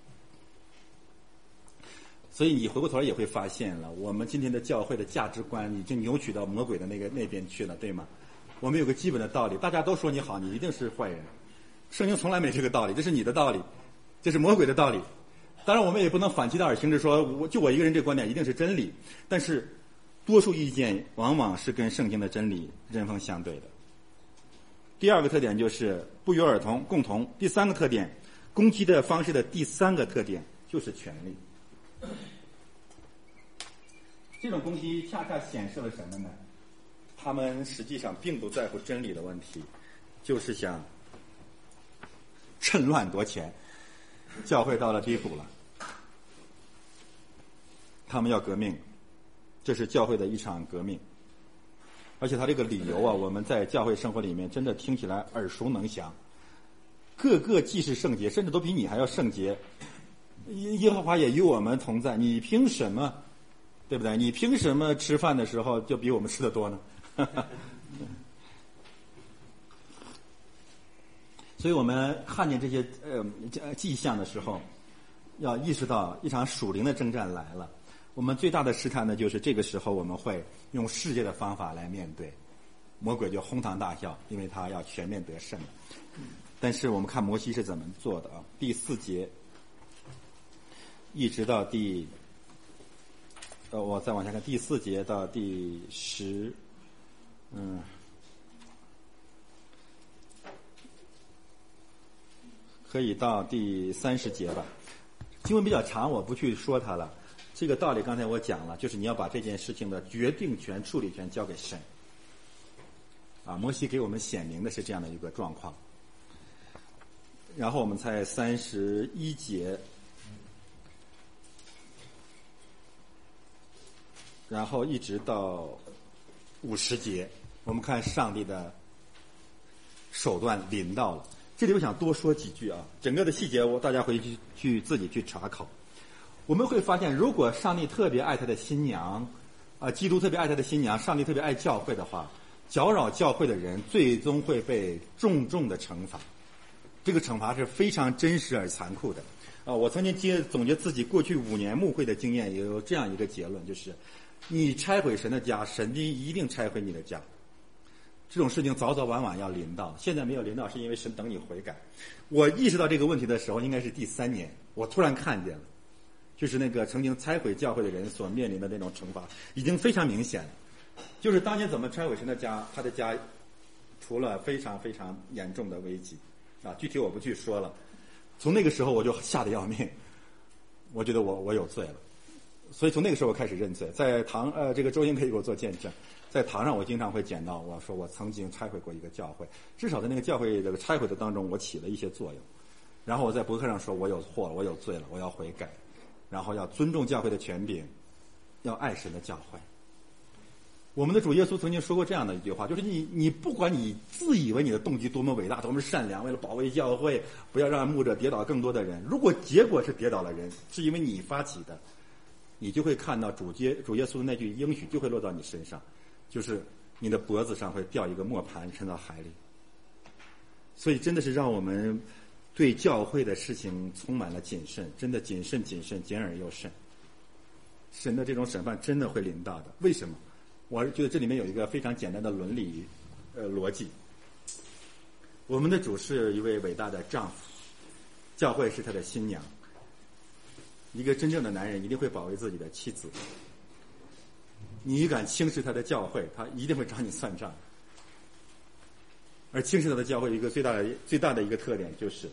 [SPEAKER 1] 所以你回过头来也会发现了，我们今天的教会的价值观已经扭曲到魔鬼的那个那边去了，对吗？我们有个基本的道理，大家都说你好，你一定是坏人。圣经从来没这个道理，这是你的道理，这是魔鬼的道理。当然我们也不能反其道而行之，说我就我一个人这个观点一定是真理，但是多数意见往往是跟圣经的真理针锋相对的。第二个特点就是不约而同、共同。第三个特点， 攻击的方式的第三个特点就是权力。这种攻击恰恰显示了什么呢？他们实际上并不在乎真理的问题，就是想趁乱夺权。教会到了低谷了，他们要革命，这是教会的一场革命。而且他这个理由啊，我们在教会生活里面真的听起来耳熟能详。个个既是圣洁，甚至都比你还要圣洁。耶和华也与我们同在，你凭什么，对不对？你凭什么吃饭的时候就比我们吃的多呢？所以我们看见这些呃迹象的时候，要意识到一场属灵的征战来了。我们最大的试探呢，就是这个时候我们会用世界的方法来面对，魔鬼就哄堂大笑，因为他要全面得胜。但是我们看摩西是怎么做的啊？第四节一直到第呃，我再往下看，第四节到第十，嗯。可以到第三十节吧，经文比较长，我不去说它了。这个道理刚才我讲了，就是你要把这件事情的决定权、处理权交给神。啊，摩西给我们显明的是这样的一个状况。然后我们在三十一节，然后一直到五十节，我们看上帝的手段临到了。这里我想多说几句啊，整个的细节我大家回去去自己去查考。我们会发现，如果上帝特别爱他的新娘，啊，基督特别爱他的新娘，上帝特别爱教会的话，搅扰教会的人最终会被重重的惩罚。这个惩罚是非常真实而残酷的。啊，我曾经接总结自己过去五年牧会的经验，也有这样一个结论，就是你拆毁神的家，神一定拆毁你的家。这种事情早早晚晚要临到，现在没有临到，是因为神等你悔改。我意识到这个问题的时候，应该是第三年，我突然看见了，就是那个曾经拆毁教会的人所面临的那种惩罚，已经非常明显了。就是当年怎么拆毁神的家，他的家出了非常非常严重的危机啊，具体我不去说了。从那个时候我就吓得要命，我觉得我我有罪了，所以从那个时候我开始认罪。在堂呃，这个周英可以给我做见证。在堂上，我经常会讲到，我说我曾经拆毁过一个教会，至少在那个教会这个拆毁的当中，我起了一些作用。然后我在博客上说，我有错了，我有罪了，我要悔改，然后要尊重教会的权柄，要爱神的教会。我们的主耶稣曾经说过这样的一句话，就是你你不管你自以为你的动机多么伟大，多么善良，为了保卫教会，不要让牧者跌倒更多的人，如果结果是跌倒了人，是因为你发起的，你就会看到主耶主耶稣的那句应许就会落到你身上。就是你的脖子上会掉一个磨盘沉到海里。所以真的是让我们对教会的事情充满了谨慎，真的谨慎谨慎，谨而又慎。神的这种审判真的会临到的。为什么？我是觉得这里面有一个非常简单的伦理呃逻辑。我们的主是一位伟大的丈夫，教会是他的新娘。一个真正的男人一定会保卫自己的妻子。你敢轻视他的教会，他一定会找你算账。而轻视他的教会一个最大的最大的一个特点就是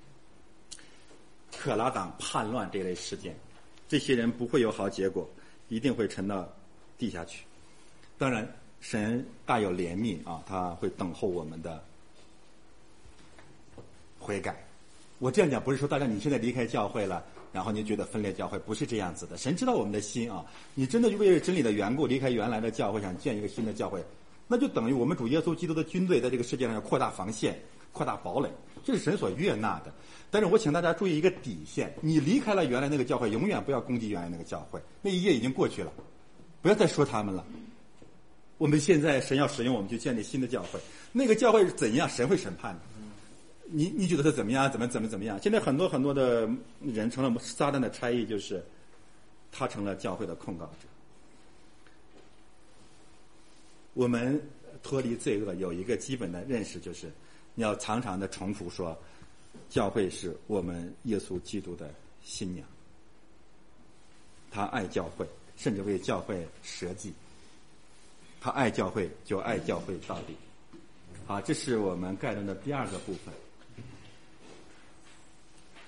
[SPEAKER 1] 可拉党叛乱这类事件，这些人不会有好结果，一定会沉到地下去。当然神大有怜悯啊，他会等候我们的悔改。我这样讲不是说大家你现在离开教会了，然后你觉得分裂教会，不是这样子的。神知道我们的心啊，你真的就为了真理的缘故离开原来的教会，想建一个新的教会，那就等于我们主耶稣基督的军队在这个世界上要扩大防线，扩大堡垒，这是神所悦纳的。但是我请大家注意一个底线，你离开了原来那个教会，永远不要攻击原来那个教会，那一页已经过去了，不要再说他们了。我们现在神要使用我们去建立新的教会，那个教会是怎样，神会审判的。你你觉得他怎么样？怎么怎么怎么样？现在很多很多的人成了撒旦的差役，就是他成了教会的控告者。我们脱离罪恶有一个基本的认识，就是你要常常的重复说，教会是我们耶稣基督的新娘，他爱教会，甚至为教会舍己。他爱教会就爱教会到底。好，这是我们概论的第二个部分。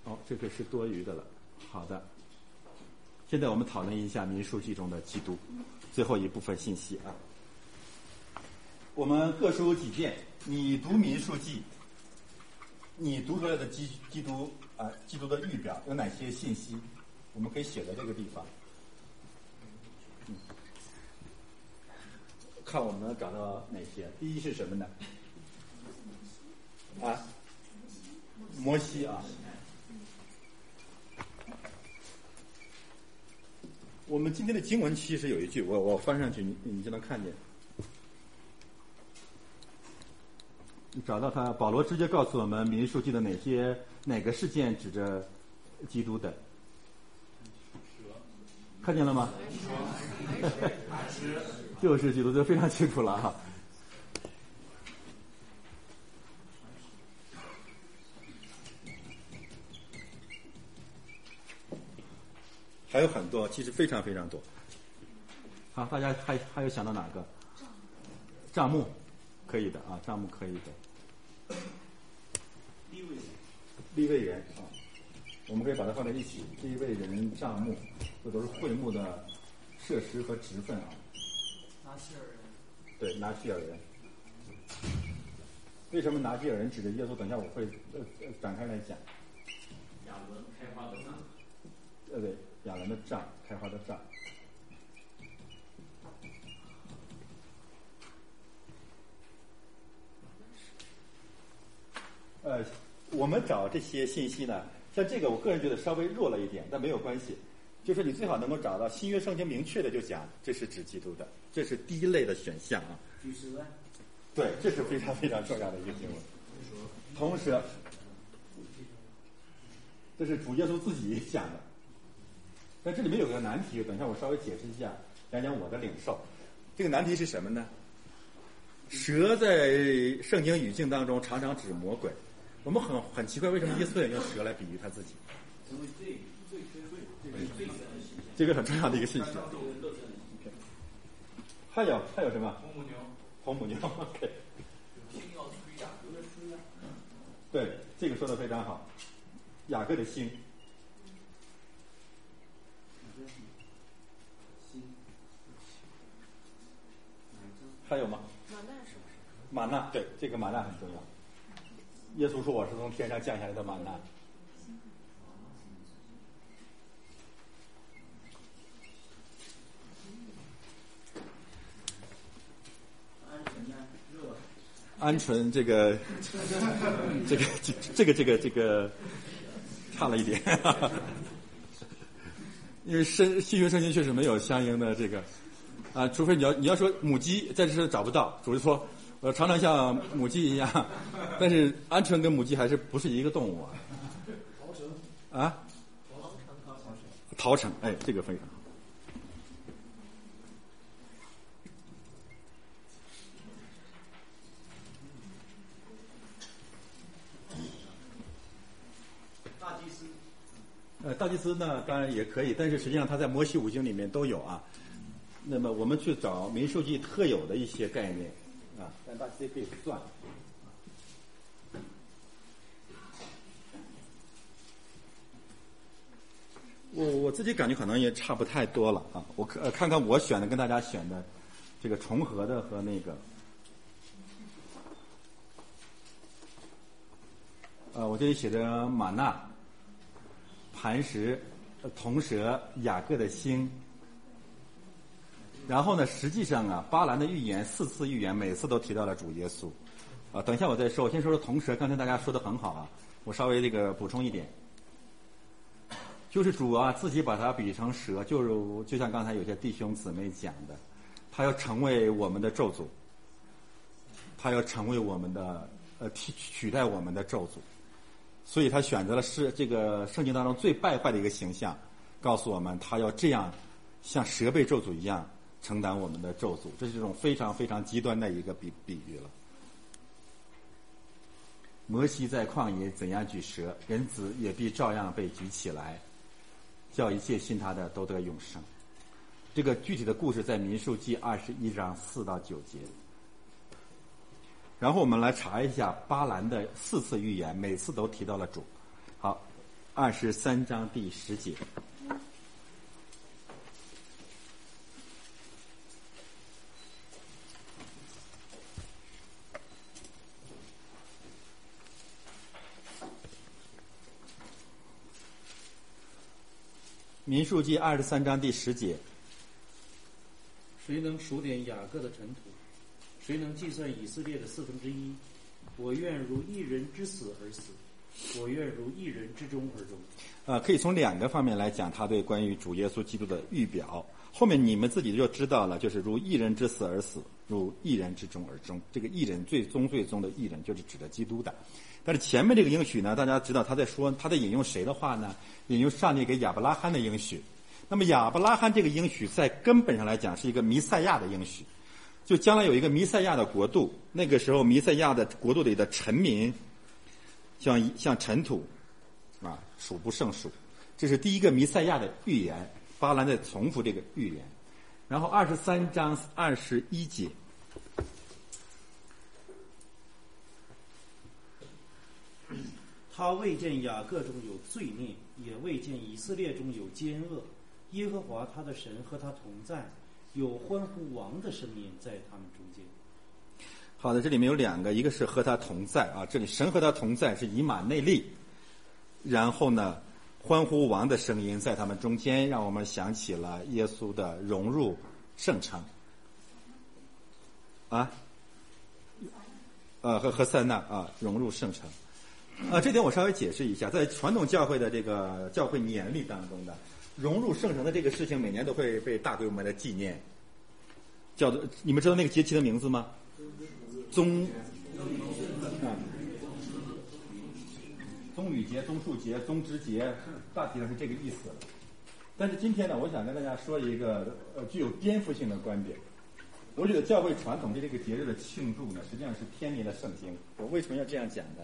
[SPEAKER 1] 哦，这个是多余的了。好的，现在我们讨论一下民数记中的基督，最后一部分信息啊。我们各抒己见，你读民数记，你读出来的基基督啊，基督的预表有哪些信息？我们可以写在这个地方。嗯，看我们能找到哪些？第一是什么呢？啊，摩西啊。我们今天的经文其实有一句，我我翻上去，你你就能看见。你找到它，保罗直接告诉我们民数记的哪些哪个事件指着基督的？看见了吗？就是基督，这非常清楚了哈。还有很多，其实非常非常多。好，大家还还有想到哪个？帐幕，可以的啊，帐幕可以的。
[SPEAKER 2] 利未人，
[SPEAKER 1] 利未人啊，我们可以把它放在一起。利未人、帐幕，这都是会幕的设施和职分啊。
[SPEAKER 3] 拿西尔人。
[SPEAKER 1] 对，拿西尔人。为什么拿西尔人指着耶稣？等一下我会呃展开来讲。
[SPEAKER 4] 亚伦开花的杖。
[SPEAKER 1] 呃，对，亚伦的杖，开花的杖。呃，我们找这些信息呢，像这个，我个人觉得稍微弱了一点，但没有关系。就是你最好能够找到新约圣经明确的就讲这是指基督的，这是第一类的选项啊。
[SPEAKER 3] 举十万。
[SPEAKER 1] 对，这是非常非常重要的一个经文。同时，这是主耶稣自己讲的。但这里面有个难题，等一下我稍微解释一下，讲讲我的领受。这个难题是什么呢？蛇在圣经语境当中常常指魔鬼，我们很很奇怪，为什么耶稣也用蛇来比喻他自己？
[SPEAKER 4] 因为最最最最这是最神的形象，
[SPEAKER 1] 这个很重要的一个信息。还有还有什么？
[SPEAKER 4] 红母牛，
[SPEAKER 1] 红母牛。对，
[SPEAKER 4] 星要吹雅各的吹啊。
[SPEAKER 1] 对，这个说的非常好。雅各的星。还有吗？
[SPEAKER 5] 玛纳是不是？
[SPEAKER 1] 玛纳，对，这个玛纳很重要。耶稣说：“我是从天上降下来的玛纳。”鹌鹑这个，这个这个这个这个差了一点，因为圣新约圣经确实没有相应的这个啊，除非你要你要说母鸡，在这是找不到。主是说，呃，常常像母鸡一样，但是鹌鹑跟母鸡还是不是一个动物啊？
[SPEAKER 3] 桃城
[SPEAKER 1] 啊？桃城，哎，这个非常好。呃，大祭司呢，当然也可以，但是实际上它在摩西五经里面都有啊。那么我们去找民数记特有的一些概念啊，但大祭司也可以不算。我我自己感觉可能也差不太多了啊。我看、呃、看看我选的跟大家选的这个重合的和那个，呃，我这里写的玛纳。磐石、铜蛇、雅各的星，然后呢，实际上啊，巴兰的预言四次预言，每次都提到了主耶稣，啊，等一下我再说，我先说说铜蛇，刚才大家说的很好啊，我稍微这个补充一点，就是主啊自己把它比成蛇，就是就像刚才有些弟兄姊妹讲的，他要成为我们的咒诅，他要成为我们的呃替取代我们的咒诅。所以他选择了是这个圣经当中最败坏的一个形象，告诉我们他要这样像蛇被咒诅一样承担我们的咒诅，这是一种非常非常极端的一个比比喻了。摩西在旷野怎样举蛇，人子也必照样被举起来，叫一切信他的都得永生。这个具体的故事在民数记二十一章四到九节。然后我们来查一下巴兰的四次预言，每次都提到了主。好， 二十三章第十节。民数记二十三章第十节。
[SPEAKER 2] 谁能数点雅各的尘土？谁能计算以色列的四分之一？我愿如一人之死而死，我愿如一人之终而终。
[SPEAKER 1] 呃，可以从两个方面来讲，他对关于主耶稣基督的预表。后面你们自己就知道了，就是如一人之死而死，如一人之终而终。这个一人最终最终的一人，就是指的基督的。但是前面这个应许呢，大家知道他在说，他在引用谁的话呢？引用上帝给亚伯拉罕的应许。那么亚伯拉罕这个应许在根本上来讲是一个弥赛亚的应许，就将来有一个弥赛亚的国度，那个时候弥赛亚的国度里的臣民像像尘土啊，数不胜数。这是第一个弥赛亚的预言，巴兰在重复这个预言。然后二十三章二十一节，
[SPEAKER 2] 他未见雅各中有罪孽，也未见以色列中有奸恶。耶和华他的神和他同在，有欢呼王的声音在他们中间。
[SPEAKER 1] 好的，这里面有两个，一个是和他同在啊，这里神和他同在是以马内利，然后呢，欢呼王的声音在他们中间，让我们想起了耶稣的融入圣城啊，呃和和塞纳啊融入圣城啊，这点我稍微解释一下，在传统教会的这个教会年历当中的融入圣城的这个事情，每年都会被大规模的纪念，叫做你们知道那个节期的名字吗？宗啊，宗雨节、宗树节、宗之节，大体上是这个意思。但是今天呢，我想跟大家说一个呃具有颠覆性的观点。我觉得教会传统对这个节日的庆祝呢，实际上是偏离了圣经。我为什么要这样讲呢？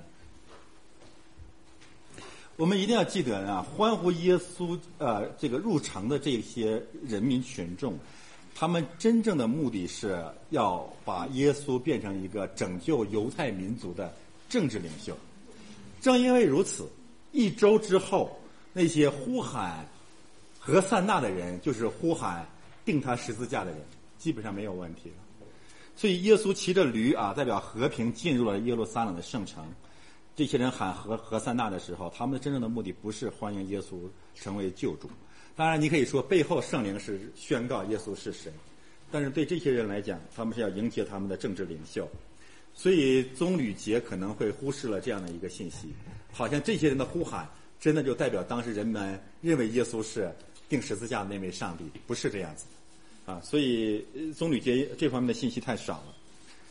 [SPEAKER 1] 我们一定要记得啊，欢呼耶稣呃这个入城的这些人民群众，他们真正的目的是要把耶稣变成一个拯救犹太民族的政治领袖。正因为如此，一周之后，那些呼喊和散那的人，就是呼喊钉他十字架的人，基本上没有问题了。所以耶稣骑着驴啊，代表和平进入了耶路撒冷的圣城。这些人喊和和散那的时候，他们的真正的目的不是欢迎耶稣成为救主。当然，你可以说背后圣灵是宣告耶稣是神，但是对这些人来讲，他们是要迎接他们的政治领袖。所以宗吕节可能会忽视了这样的一个信息，好像这些人的呼喊真的就代表当时人们认为耶稣是钉十字架的那位上帝，不是这样子啊。所以宗吕节这方面的信息太少了。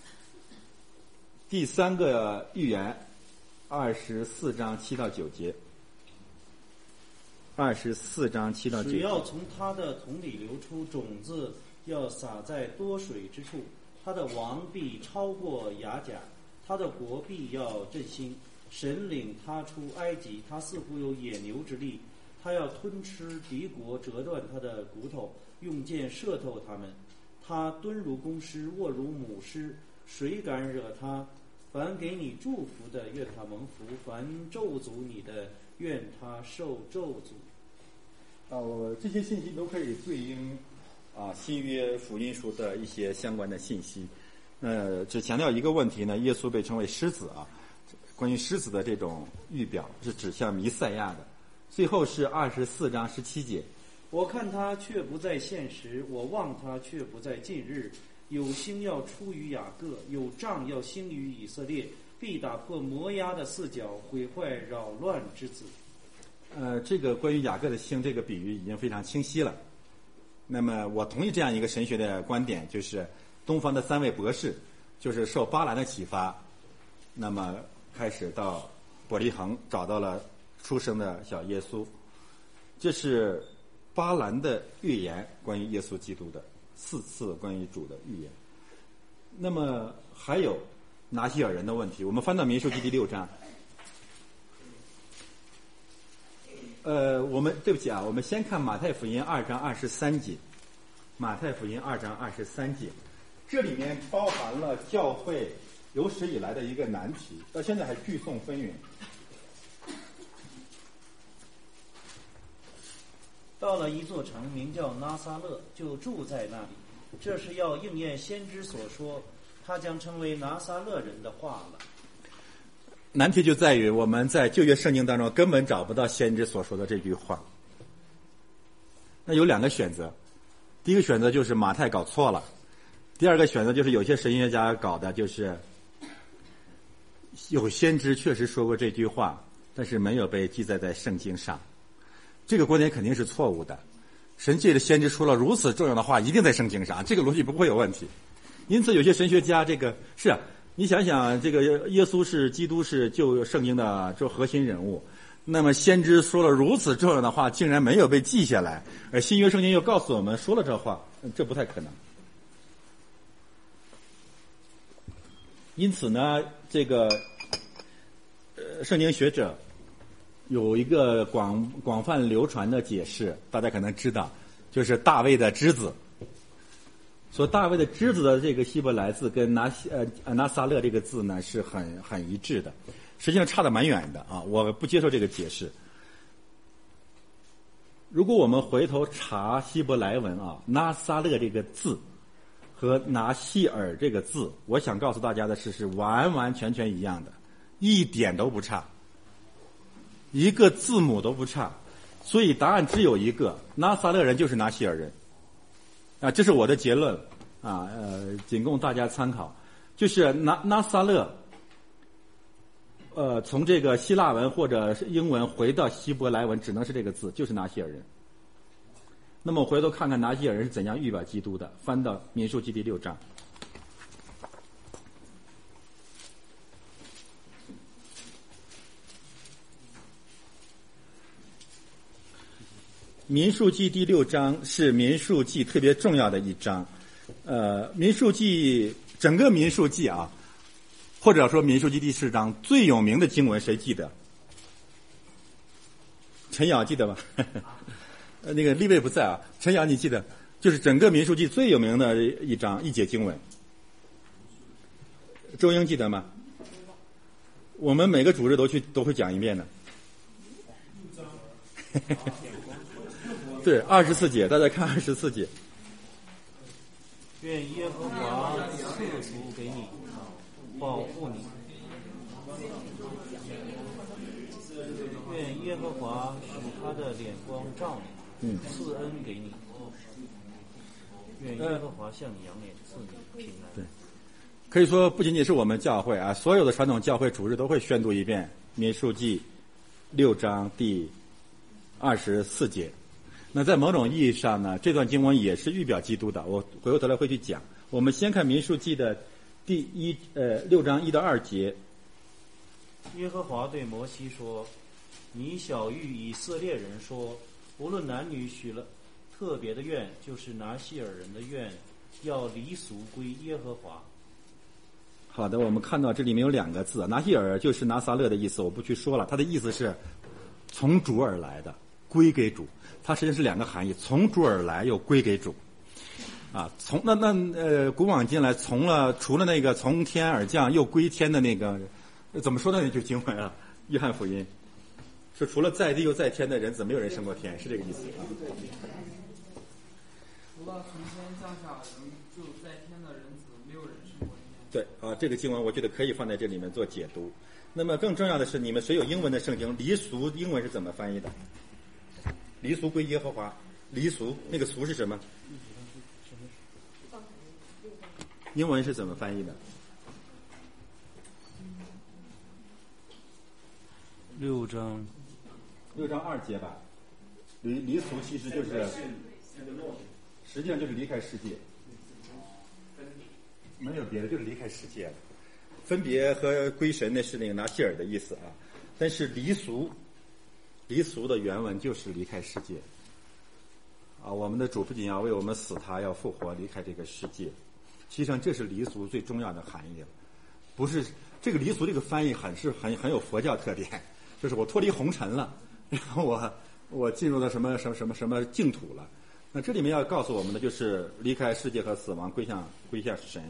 [SPEAKER 1] 第三个预言，二十四章七到九节。二十四章七到九节。
[SPEAKER 2] 水要从他的桶里流出，种子要撒在多水之处。他的王必超过雅甲，他的国必要振兴。神领他出埃及，他似乎有野牛之力。他要吞吃敌国，折断他的骨头，用箭射透他们。他蹲如公狮，卧如母狮，谁敢惹他？凡给你祝福的，愿他蒙福；凡咒诅你的，愿他受咒诅。
[SPEAKER 1] 啊，我这些信息都可以对应啊新约福音书的一些相关的信息。呃，只强调一个问题呢，耶稣被称为狮子啊，关于狮子的这种预表是指向弥赛亚的。最后是二十四章十七节。
[SPEAKER 2] 我看他却不在现实，我望他却不在近日。有星要出于雅各，有杖要兴于以色列，必打破摩押的四角，毁坏扰乱之子。
[SPEAKER 1] 呃，这个关于雅各的星这个比喻已经非常清晰了。那么我同意这样一个神学的观点，就是东方的三位博士就是受巴兰的启发，那么开始到伯利恒找到了出生的小耶稣。这是巴兰的预言，关于耶稣基督的四次关于主的预言。那么还有拿西尔人的问题，我们翻到民数记第六章。呃，我们对不起啊，我们先看马太福音二章二十三节。马太福音二章二十三节，这里面包含了教会有史以来的一个难题，到现在还聚众纷纭。
[SPEAKER 2] 到了一座城，名叫拿撒勒，就住在那里。这是要应验先知所说，他将成为拿撒勒人的话了。
[SPEAKER 1] 难题就在于我们在旧约圣经当中根本找不到先知所说的这句话。那有两个选择，第一个选择就是马太搞错了，第二个选择就是有些神学家搞的，就是有先知确实说过这句话，但是没有被记载在圣经上。这个观点肯定是错误的。神借着先知说了如此重要的话，一定在圣经上，这个逻辑不会有问题。因此有些神学家这个是啊，你想想，这个耶稣是基督是旧圣经的这核心人物，那么先知说了如此重要的话，竟然没有被记下来，而新约圣经又告诉我们说了这话，这不太可能。因此呢，这个呃圣经学者有一个广广泛流传的解释，大家可能知道，就是大卫的枝子。所以大卫的枝子的这个希伯来字跟拿呃拿撒勒这个字呢是很很一致的，实际上差得蛮远的啊！我不接受这个解释。如果我们回头查希伯来文啊，拿撒勒这个字和拿细尔这个字，我想告诉大家的是，是完完全全一样的，一点都不差，一个字母都不差，所以答案只有一个，拿撒勒人就是拿细尔人。啊，这是我的结论啊，呃，仅供大家参考。就是拿拿撒勒，呃，从这个希腊文或者是英文回到希伯来文，只能是这个字，就是拿细尔人。那么回头看看拿细尔人是怎样预表基督的，翻到民数记第六章。民数记第六章是民数记特别重要的一章，呃，民数记整个民数记啊，或者说民数记第四章最有名的经文谁记得？陈瑶记得吧？呃，那个立位不在啊，陈瑶你记得？就是整个民数记最有名的一章一节经文。周英记得吗？我们每个主日都去都会讲一遍的。对，二十四节，大家看二十四节。
[SPEAKER 2] 愿耶和华赐福给你，保护你。愿耶和华使他的脸光照你，
[SPEAKER 1] 嗯，
[SPEAKER 2] 赐恩给你。愿耶和华向你扬脸，赐你平安。
[SPEAKER 1] 对，可以说不仅仅是我们教会啊，所有的传统教会主日都会宣读一遍民数记六章第二十四节。那在某种意义上呢，这段经文也是预表基督的。我回过头来会去讲。我们先看民数记的第一呃六章一到二节。
[SPEAKER 2] 耶和华对摩西说：“你晓谕以色列人说，无论男女许了特别的愿，就是拿细尔人的愿，要离俗归耶和华。”
[SPEAKER 1] 好的，我们看到这里面有两个字，拿细尔就是拿撒勒的意思，我不去说了。它的意思是从主而来的，归给主。它实际上是两个含义，从主而来又归给主，啊，从那那呃古往今来，从了除了那个从天而降又归天的那个，怎么说的那句经文啊？约翰福音说，除了在地又在天的人子，没有人升过天，是这个意思啊。
[SPEAKER 5] 除了从天降下人就在天的人子，没有人升过天。
[SPEAKER 1] 对啊，这个经文我觉得可以放在这里面做解读。那么更重要的是，你们谁有英文的圣经？离俗英文是怎么翻译的？离俗归耶和华，离俗那个俗是什么？英文是怎么翻译的？
[SPEAKER 2] 六章，
[SPEAKER 1] 六章二节吧。离离俗其实就是，实际上就是离开世界，没有别的，就是离开世界了。分别和归神那是那个拿细尔的意思啊，但是离俗。离俗的原文就是离开世界啊，我们的主不仅要为我们死，他要复活，离开这个世界。实际上这是离俗最重要的含义了，不是这个离俗这个翻译很是很很有佛教特点，就是我脱离红尘了，然后我我进入了什么什么什么什么净土了。那这里面要告诉我们的就是离开世界和死亡，归向归向神。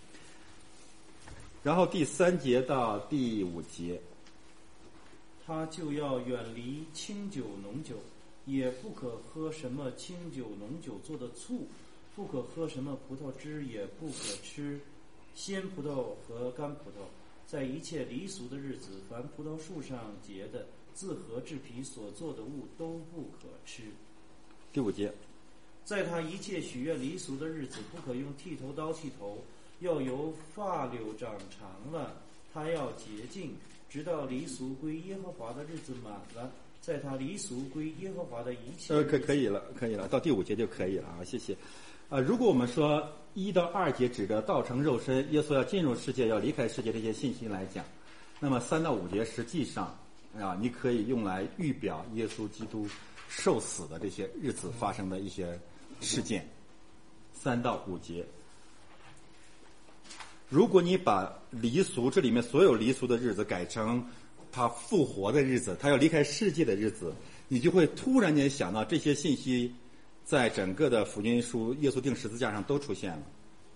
[SPEAKER 1] 然后第三节到第五节。
[SPEAKER 2] 他就要远离清酒浓酒， 也不可喝什么清酒浓酒做的醋，不可喝什么葡萄汁，也不可吃鲜葡萄和干葡萄。在一切离俗的日子，凡葡萄树上结的自和制皮所做的物都不可吃。
[SPEAKER 1] 第五节，
[SPEAKER 2] 在他一切许愿离俗的日子，不可用剃头刀剃头，要由发绺长长了，他要洁净，直到离俗归耶和华的日子满了。在他离俗归耶和华的一切
[SPEAKER 1] 呃，可可以了，可以了，到第五节就可以了啊，谢谢。啊，如果我们说一到二节指着道成肉身，耶稣要进入世界，要离开世界这些信息来讲，那么三到五节实际上啊，你可以用来预表耶稣基督受死的这些日子发生的一些事件。三到五节，如果你把离俗这里面所有离俗的日子改成他复活的日子，他要离开世界的日子，你就会突然间想到这些信息在整个的福音书耶稣钉十字架上都出现了。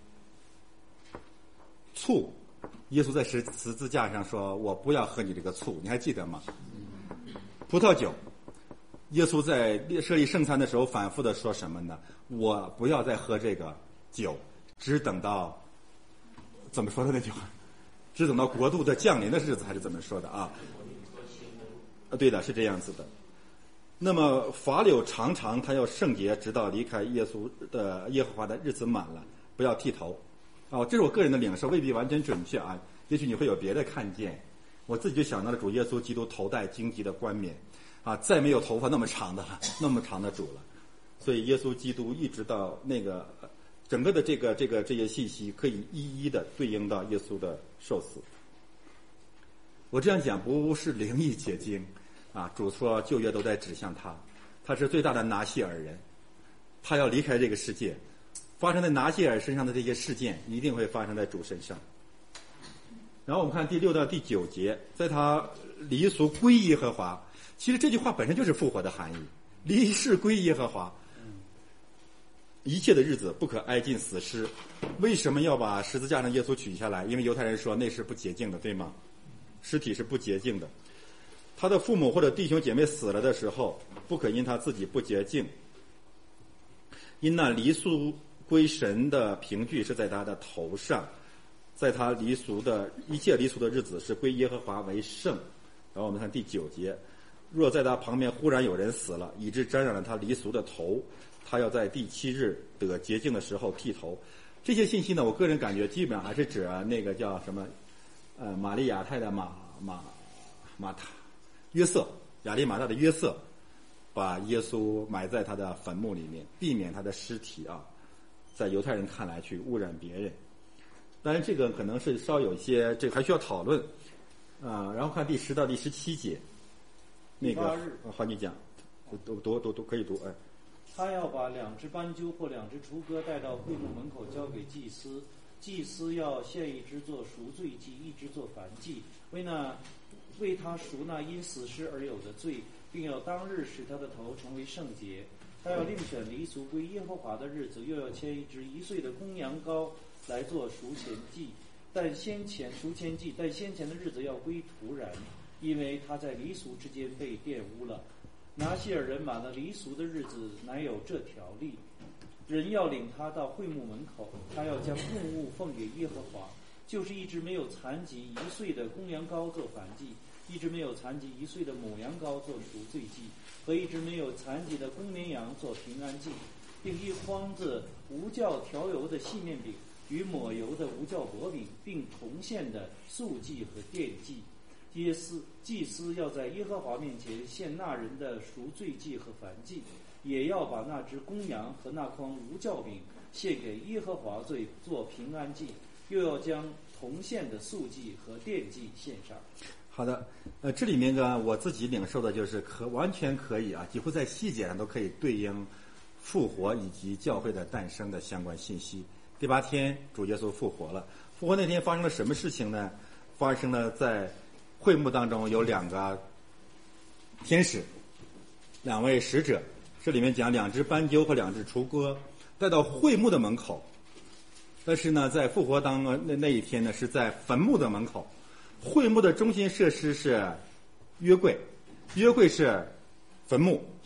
[SPEAKER 1] 醋，耶稣在十十字架上说我不要喝你这个醋，你还记得吗？葡萄酒，耶稣在设立圣餐的时候反复的说什么呢？我不要再喝这个酒，只等到怎么说的那句话，只等到国度的降临的日子，还是怎么说的啊？啊，对的，是这样子的。那么法柳常常他要圣洁，直到离开耶稣的耶和华的日子满了，不要剃头。啊，这是我个人的领受，未必完全准确啊，也许你会有别的看见。我自己就想到了主耶稣基督头戴荆棘的冠冕，啊，再没有头发那么长的了，那么长的主了。所以耶稣基督一直到那个整个的这个这个这些信息可以一一的对应到耶稣的受死。我这样讲不是灵异解经啊，主说旧约都在指向他，他是最大的拿细尔人，他要离开这个世界，发生在拿细尔身上的这些事件一定会发生在主身上。然后我们看第六到第九节，在他离俗归耶和华，其实这句话本身就是复活的含义，离世归耶和华，一切的日子不可挨近死尸。为什么要把十字架上耶稣取下来？因为犹太人说那是不洁净的，对吗？尸体是不洁净的。他的父母或者弟兄姐妹死了的时候，不可因他自己不洁净，因那离俗归神的凭据是在他的头上，在他离俗的一切离俗的日子是归耶和华为圣。然后我们看第九节，若在他旁边忽然有人死了，以致沾染了他离俗的头，他要在第七日得洁净的时候剃头。这些信息呢，我个人感觉基本上还是指那个叫什么呃玛利亚太太马马马塔约瑟，亚利马大的约瑟，把耶稣埋在他的坟墓里面，避免他的尸体啊在犹太人看来去污染别人。当然这个可能是稍有一些这个还需要讨论啊。然后看第十到第十七节，那个好你讲，读读读读可以读哎。
[SPEAKER 2] 他要把两只斑鸠或两只雏鸽带到会幕门口交给祭司，祭司要献一只做赎罪祭，一只做燔祭，为那为他赎那因死尸而有的罪，并要当日使他的头成为圣洁。他要另选离俗归耶和华的日子，又要牵一只一岁的公羊羔来做赎愆祭，但先前赎愆祭，但先前的日子要归徒然，因为他在离俗之间被玷污了。拿西尔人满了离俗的日子，乃有这条例：人要领他到会幕门口，他要将供物奉给耶和华，就是一只没有残疾一岁的公羊羔做燔祭，一只没有残疾一岁的母羊羔做赎罪祭，和一只没有残疾的公绵羊做平安祭，并一筐子无酵调油的细面饼与抹油的无酵薄饼，并同献的素祭和奠祭。耶司祭司要在耶和华面前献那人的赎罪祭和燔祭，也要把那只公羊和那筐无酵饼献给耶和华罪做平安祭，又要将同献的素祭和奠祭献上。
[SPEAKER 1] 好的，呃，这里面呢，我自己领受的就是可完全可以啊，几乎在细节上都可以对应复活以及教会的诞生的相关信息。第八天，主耶稣复活了。复活那天发生了什么事情呢？发生了在会幕当中有两个天使，两位使者，这里面讲两只斑鸠和两只雏鸽带到会幕的门口。但是呢，在复活当那那一天呢，是在坟墓的门口。会幕的中心设施是约柜，约柜是坟墓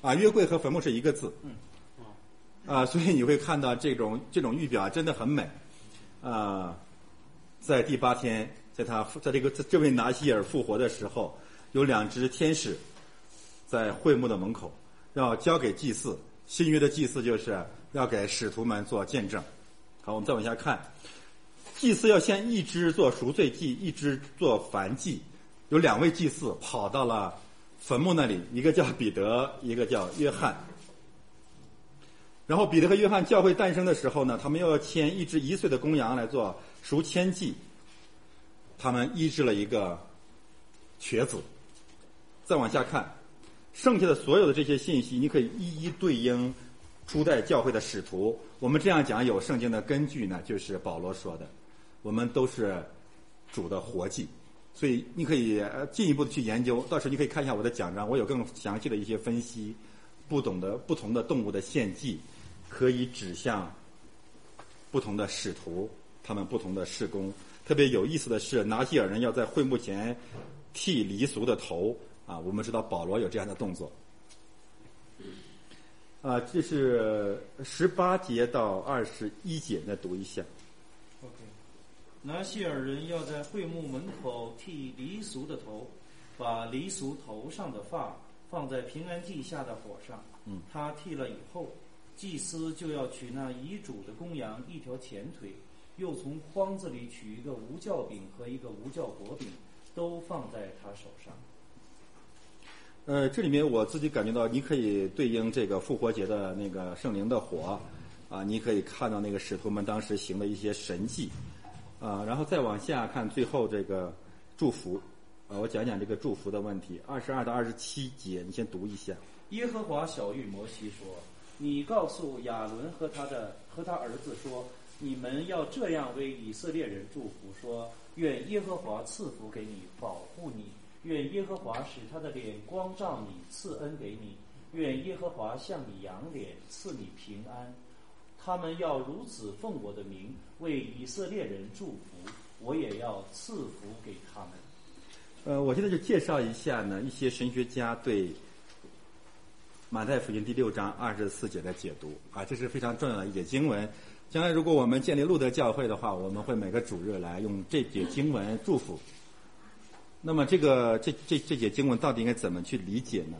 [SPEAKER 1] 啊，约柜和坟墓是一个字。
[SPEAKER 2] 嗯。
[SPEAKER 1] 啊，所以你会看到这种这种预表真的很美。啊，在第八天，在他在这个这位拿西尔复活的时候，有两只天使在会幕的门口，要交给祭司。新约的祭司就是要给使徒们做见证。好，我们再往下看，祭司要先一只做赎罪祭，一只做燔祭。有两位祭司跑到了坟墓那里，一个叫彼得，一个叫约翰。然后彼得和约翰教会诞生的时候呢，他们又要牵一只一岁的公羊来做赎愆祭。他们医治了一个瘸子。再往下看，剩下的所有的这些信息，你可以一一对应初代教会的使徒。我们这样讲有圣经的根据呢，就是保罗说的，我们都是主的活祭。所以你可以进一步的去研究，到时候你可以看一下我的讲章，我有更详细的一些分析，不懂的不同的动物的献祭可以指向不同的使徒，他们不同的事工。特别有意思的是，拿西尔人要在会幕前剃离俗的头啊，我们知道保罗有这样的动作。啊，这是十八节到二十一节，再读一下。
[SPEAKER 2] OK， 拿西尔人要在会幕门口剃离俗的头，把离俗头上的发放在平安祭下的火上。
[SPEAKER 1] 嗯，
[SPEAKER 2] 他剃了以后，祭司就要取那遗嘱的公羊一条前腿，又从筐子里取一个无酵饼和一个无酵薄饼，都放在他手上。
[SPEAKER 1] 呃，这里面我自己感觉到，你可以对应这个复活节的那个圣灵的火，啊，你可以看到那个使徒们当时行的一些神迹，啊，然后再往下看最后这个祝福，啊，我讲讲这个祝福的问题，二十二到二十七节，你先读一下。
[SPEAKER 2] 耶和华晓谕摩西说：“你告诉亚伦和他的和他儿子说，你们要这样为以色列人祝福，说：愿耶和华赐福给你，保护你。”愿耶和华使他的脸光照你，赐恩给你；愿耶和华向你扬脸，赐你平安。他们要如此奉我的名为以色列人祝福，我也要赐福给他们。
[SPEAKER 1] 呃，我现在就介绍一下呢，一些神学家对马太福音第六章二十四节的解读啊，这是非常重要的一节经文。将来如果我们建立路德教会的话，我们会每个主日来用这节经文祝福。那么这个这这这节经文到底应该怎么去理解呢？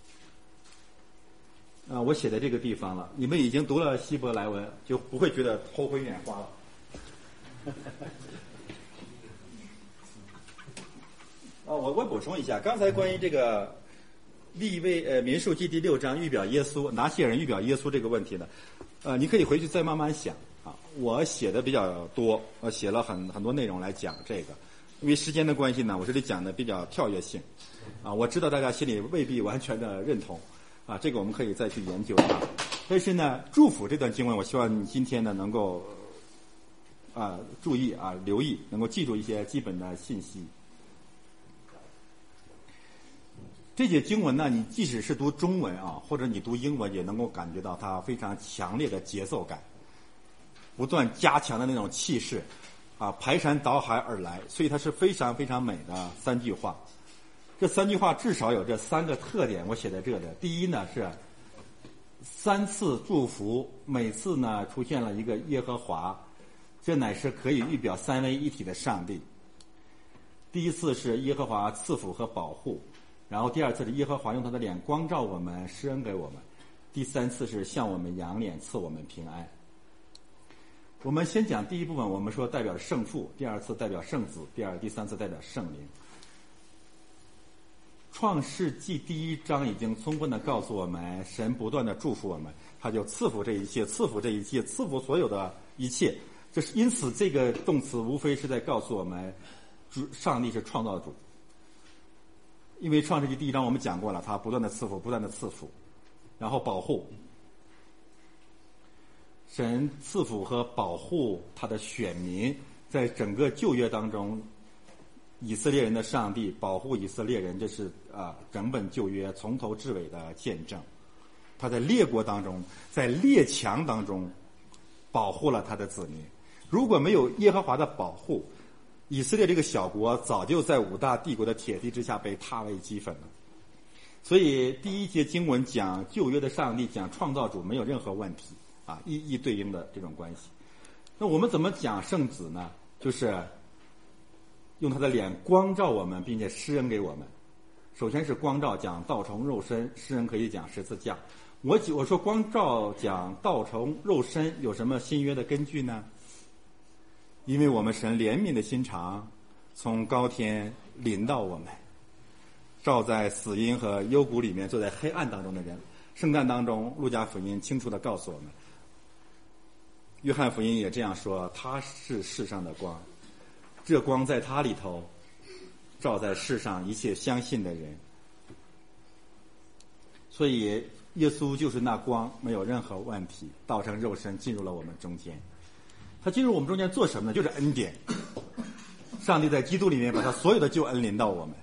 [SPEAKER 1] 啊，我写在这个地方了。你们已经读了希伯来文，就不会觉得头昏眼花了。啊，我我补充一下，刚才关于这个利未呃民数记第六章预表耶稣，拿西尔人预表耶稣这个问题呢，呃，你可以回去再慢慢想啊。我写的比较多，我写了很很多内容来讲这个。因为时间的关系呢，我这里讲的比较跳跃性，啊，我知道大家心里未必完全的认同，啊，这个我们可以再去研究它。但是呢，祝福这段经文，我希望你今天呢能够，啊，注意啊，留意，能够记住一些基本的信息。这节经文呢，你即使是读中文啊，或者你读英文，也能够感觉到它非常强烈的节奏感，不断加强的那种气势。啊，排山倒海而来，所以它是非常非常美的三句话。这三句话至少有这三个特点，我写在这里。第一呢是三次祝福，每次呢出现了一个耶和华，这乃是可以预表三位一体的上帝。第一次是耶和华赐福和保护，然后第二次是耶和华用他的脸光照我们，施恩给我们，第三次是向我们扬脸，赐我们平安。我们先讲第一部分，我们说代表圣父，第二次代表圣子，第二、第三次代表圣灵。创世纪第一章已经充分的告诉我们，神不断的祝福我们，他就赐福这一切，赐福这一切，赐福所有的一切。这是因此这个动词无非是在告诉我们，主上帝是创造主。因为创世纪第一章我们讲过了，他不断的赐福，不断的赐福，然后保护。神赐福和保护他的选民，在整个旧约当中，以色列人的上帝保护以色列人，这是啊整本旧约从头至尾的见证。他在列国当中，在列强当中保护了他的子民。如果没有耶和华的保护，以色列这个小国早就在五大帝国的铁蹄之下被踏为齑粉了。 所以第一节经文讲旧约的上帝，讲创造主没有任何问题啊，一一对应的这种关系。那我们怎么讲圣子呢？就是用他的脸光照我们，并且施恩给我们。首先是光照，讲道成肉身，施恩可以讲十字架。我我说光照讲道成肉身有什么新约的根据呢？因为我们神怜悯的心肠从高天临到我们，照在死荫和幽谷里面坐在黑暗当中的人。圣诞当中路加福音清楚地告诉我们，约翰福音也这样说，他是世上的光，这光在他里头照在世上一切相信的人。所以耶稣就是那光，没有任何问题，道成肉身进入了我们中间。他进入我们中间做什么呢？就是恩典。上帝在基督里面把他所有的救恩临到我们。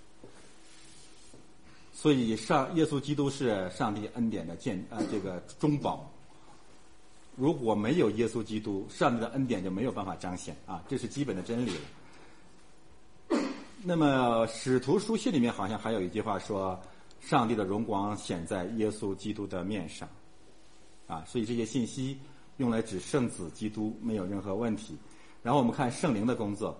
[SPEAKER 1] 所以上耶稣基督是上帝恩典的建呃这个中保。如果没有耶稣基督，上帝的恩典就没有办法彰显啊，这是基本的真理了。那么使徒书信里面好像还有一句话说，上帝的荣光显在耶稣基督的面上啊，所以这些信息用来指圣子基督没有任何问题。然后我们看圣灵的工作，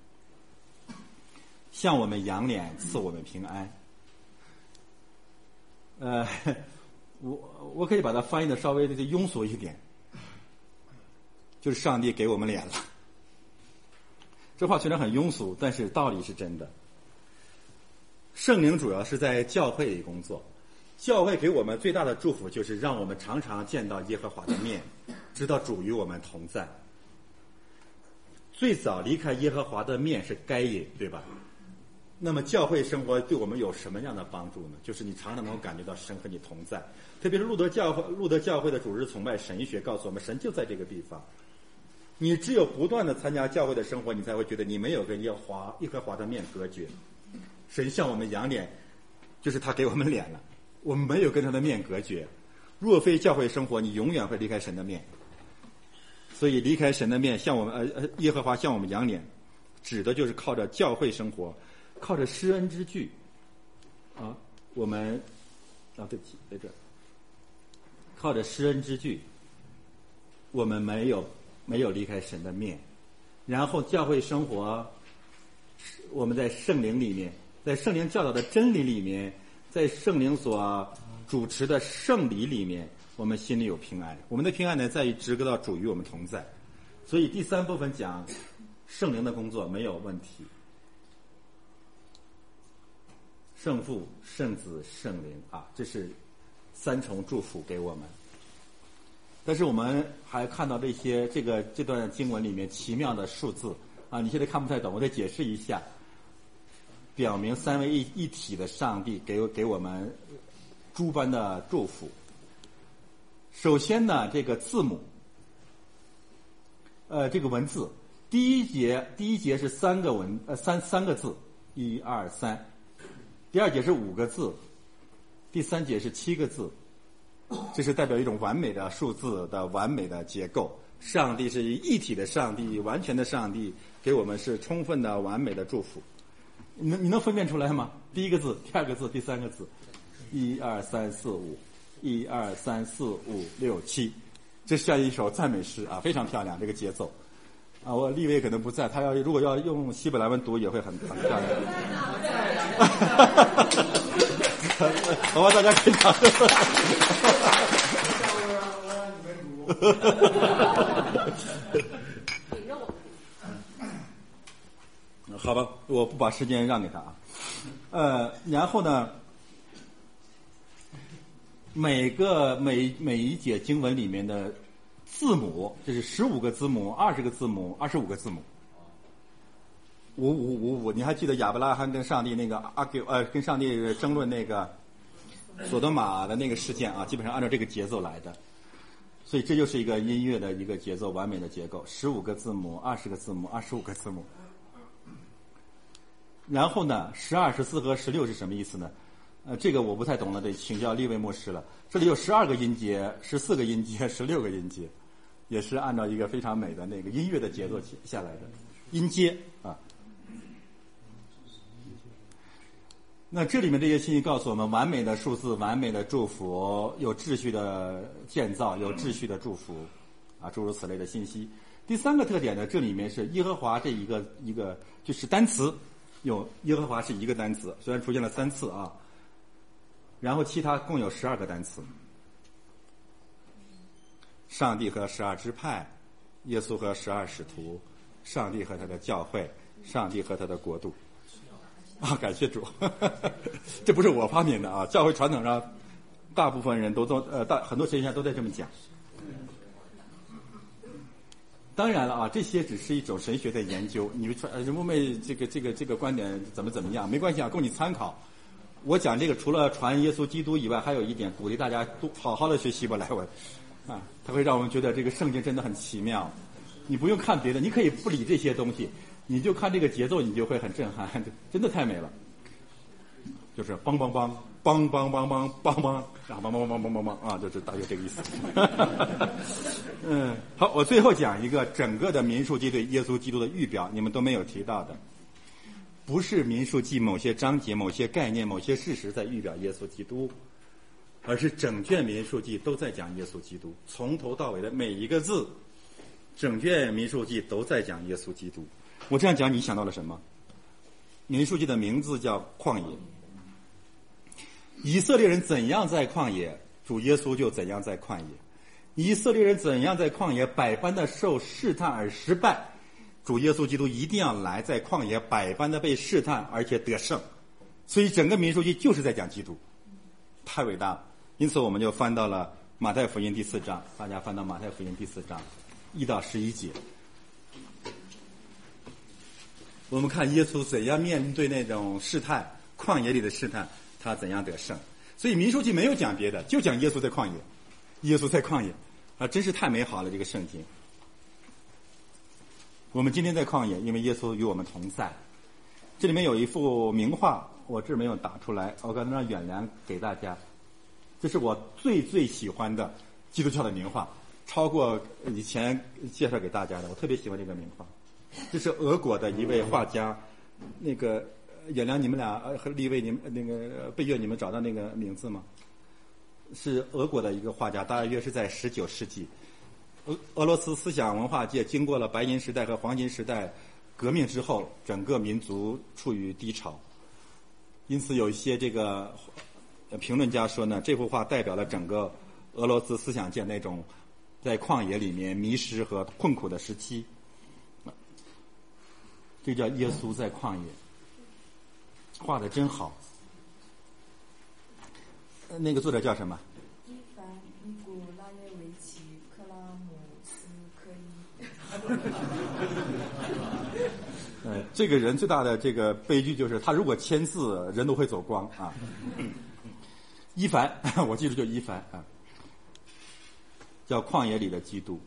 [SPEAKER 1] 向我们扬脸，赐我们平安。呃，我我可以把它翻译的稍微的庸俗一点，就是上帝给我们脸了。这话虽然很庸俗，但是道理是真的。圣灵主要是在教会里工作，教会给我们最大的祝福就是让我们常常见到耶和华的面，知道主与我们同在。最早离开耶和华的面是该隐，对吧？那么教会生活对我们有什么样的帮助呢？就是你常常能够感觉到神和你同在。特别是路德教会路德教会的主日崇拜神学告诉我们，神就在这个地方。你只有不断的参加教会的生活，你才会觉得你没有跟耶和华耶和华的面隔绝。神向我们扬脸，就是他给我们脸了，我们没有跟他的面隔绝。若非教会生活，你永远会离开神的面。所以离开神的面，向我们呃呃耶和华向我们扬脸，指的就是靠着教会生活，靠着施恩之具啊，我们啊对不起，在这儿，靠着施恩之具，我们没有没有离开神的面。然后教会生活，我们在圣灵里面，在圣灵教导的真理里面，在圣灵所主持的圣礼里面，我们心里有平安。我们的平安呢，在于知道主与我们同在。所以第三部分讲圣灵的工作没有问题。圣父、圣子、圣灵啊，这是三重祝福给我们。但是我们还看到这些这个这段经文里面奇妙的数字啊，你现在看不太懂，我再解释一下，表明三位一一体的上帝给给我们诸般的祝福。首先呢，这个字母，呃，这个文字，第一节第一节是三个文呃三三个字，一二三。第二节是五个字，第三节是七个字，这是代表一种完美的数字的完美的结构。上帝是一体的上帝，完全的上帝，给我们是充分的完美的祝福。你能你能分辨出来吗？第一个字，第二个字，第三个字，一二三四五，一二三四五六七，这像一首赞美诗啊，非常漂亮，这个节奏。啊，我立伟可能不在，他要如果要用希伯来文读也会很很漂亮。好吧，大家可以讲。好吧，我不把时间让给他啊。呃，然后呢，每个每每一节经文里面的字母，这是十五个字母、二十个字母、二十五个字母，五五五五。你还记得亚伯拉罕跟上帝那个阿给呃跟上帝争论那个索多玛的那个事件啊？基本上按照这个节奏来的。所以这就是一个音乐的一个节奏，完美的结构，十五个字母、二十个字母、二十五个字母。然后呢，十二、十四和十六是什么意思呢？呃，这个我不太懂了，得请教利未牧师了。这里有十二个音节、十四个音节、十六个音节，也是按照一个非常美的那个音乐的节奏下来的音阶啊。 那这里面这些信息告诉我们，完美的数字，完美的祝福，有秩序的建造，有秩序的祝福，啊，诸如此类的信息。第三个特点呢，这里面是耶和华这一个一个就是单词，有耶和华是一个单词，虽然出现了三次啊，然后其他共有十二个单词。上帝和十二支派，耶稣和十二使徒，上帝和他的教会，上帝和他的国度。啊，感谢主，这不是我发明的啊！教会传统上，大部分人都都呃，大很多神学家都在这么讲。当然了啊，这些只是一种神学的研究。你们传人们们这个这个这个观点怎么怎么样，没关系啊，供你参考。我讲这个除了传耶稣基督以外，还有一点鼓励大家多好好的学希伯来文啊，它会让我们觉得这个圣经真的很奇妙。你不用看别的，你可以不理这些东西。你就看这个节奏，你就会很震撼，真的太美了。就是梆梆梆梆梆梆梆梆梆，然后梆梆梆梆梆梆啊，就是大约这个意思。嗯，好，我最后讲一个整个的民数记对耶稣基督的预表，你们都没有提到的，不是民数记某些章节、某些概念、某些事实在预表耶稣基督，而是整卷民数记都在讲耶稣基督，从头到尾的每一个字，整卷民数记都在讲耶稣基督。我这样讲，你想到了什么？民数记的名字叫旷野。以色列人怎样在旷野，主耶稣就怎样在旷野。以色列人怎样在旷野百般的受试探而失败，主耶稣基督一定要来，在旷野百般的被试探，而且得胜。所以整个民数记就是在讲基督，太伟大了。因此我们就翻到了马太福音第四章，大家翻到马太福音第四章一到十一节。我们看耶稣怎样面对那种试探，旷野里的试探，他怎样得胜。所以民数记没有讲别的，就讲耶稣在旷野，耶稣在旷野啊，真是太美好了这个圣经。我们今天在旷野，因为耶稣与我们同在。这里面有一幅名画，我这没有打出来，我刚才让远良给大家。这是我最最喜欢的基督教的名画，超过以前介绍给大家的，我特别喜欢这个名画。这是俄国的一位画家，那个远良，你们俩和立位，你们那个贝月，你们找到那个名字吗？是俄国的一个画家，大约是在十九世纪。俄俄罗斯思想文化界经过了白银时代和黄金时代革命之后，整个民族处于低潮，因此有一些这个评论家说呢，这幅画代表了整个俄罗斯思想界那种在旷野里面迷失和困苦的时期。这叫耶稣在旷野，画的真好。那个作者叫什么？
[SPEAKER 6] 伊凡尼古拉耶维奇克拉姆斯科伊。
[SPEAKER 1] 呃，这个人最大的这个悲剧就是他如果签字，人都会走光啊。伊凡，我记住就伊凡啊，叫旷野里的基督。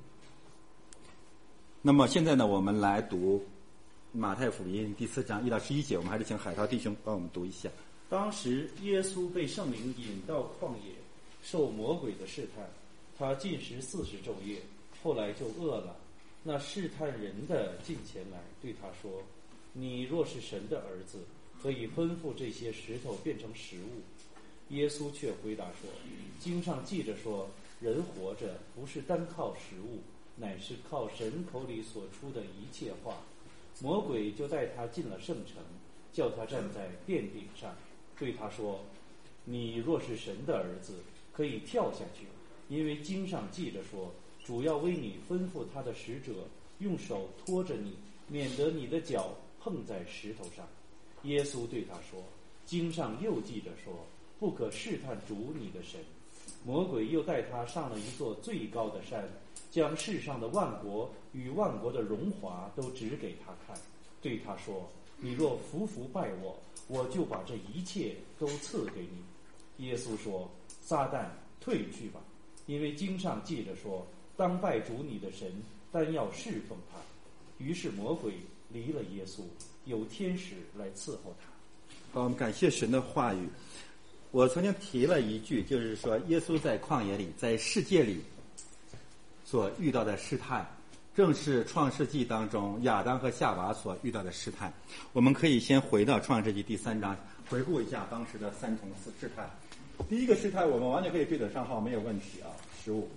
[SPEAKER 1] 那么现在呢，我们来读马太福音第四章一到十一节，我们还是请海涛弟兄帮我们读一下。
[SPEAKER 2] 当时耶稣被圣灵引到旷野，受魔鬼的试探，他禁食四十昼夜，后来就饿了。那试探人的近前来对他说：“你若是神的儿子，可以吩咐这些石头变成食物。”耶稣却回答说：“经上记着说，人活着不是单靠食物，乃是靠神口里所出的一切话。”魔鬼就带他进了圣城，叫他站在殿顶上，对他说：“你若是神的儿子，可以跳下去，因为经上记着说，主要为你吩咐他的使者，用手托着你，免得你的脚碰在石头上。”耶稣对他说：“经上又记着说，不可试探主你的神。”魔鬼又带他上了一座最高的山，将世上的万国与万国的荣华都指给他看，对他说：“你若服服拜我，我就把这一切都赐给你。”耶稣说：“撒旦，退去吧，因为经上记着说，当拜主你的神，单要侍奉他。”于是魔鬼离了耶稣，有天使来伺候他。
[SPEAKER 1] 好，我们感谢神的话语。我曾经提了一句，就是说耶稣在旷野里，在世界里所遇到的试探，正是创世纪当中亚当和夏娃所遇到的试探。我们可以先回到创世纪第三章， 回顾一下当时的三重试探。第一个试探我们完全可以对得上号，没有问题啊，十五。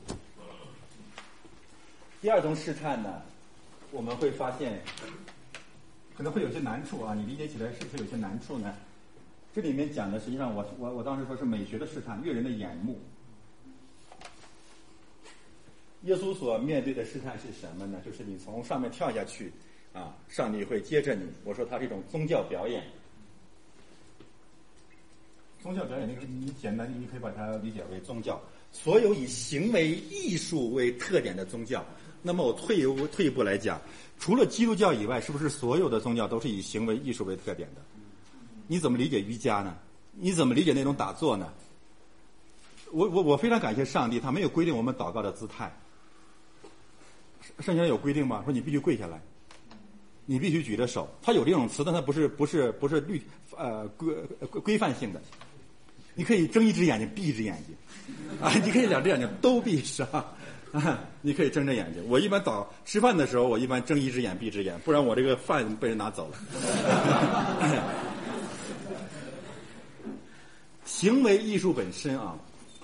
[SPEAKER 1] 第二重试探呢，我们会发现可能会有些难处啊，你理解起来是不是有些难处呢？这里面讲的实际上我我我当时说是美学的试探，悦人的眼目。耶稣所面对的试探是什么呢？就是你从上面跳下去啊，上帝会接着你。我说它是一种宗教表演。宗教表演，那个你简单，你可以把它理解为宗教。所有以行为艺术为特点的宗教，那么我退一步退一步来讲，除了基督教以外，是不是所有的宗教都是以行为艺术为特点的？你怎么理解瑜伽呢？你怎么理解那种打坐呢？我我我非常感谢上帝，他没有规定我们祷告的姿态。圣经上有规定吗？说你必须跪下来，你必须举着手。他有这种词，但它不是不是不是律呃规规范性的。你可以睁一只眼睛闭一只眼睛，啊，你可以两只眼睛都闭上，啊，你可以睁着眼睛。我一般早吃饭的时候，我一般睁一只眼闭一只眼，不然我这个饭被人拿走了。行为艺术本身啊，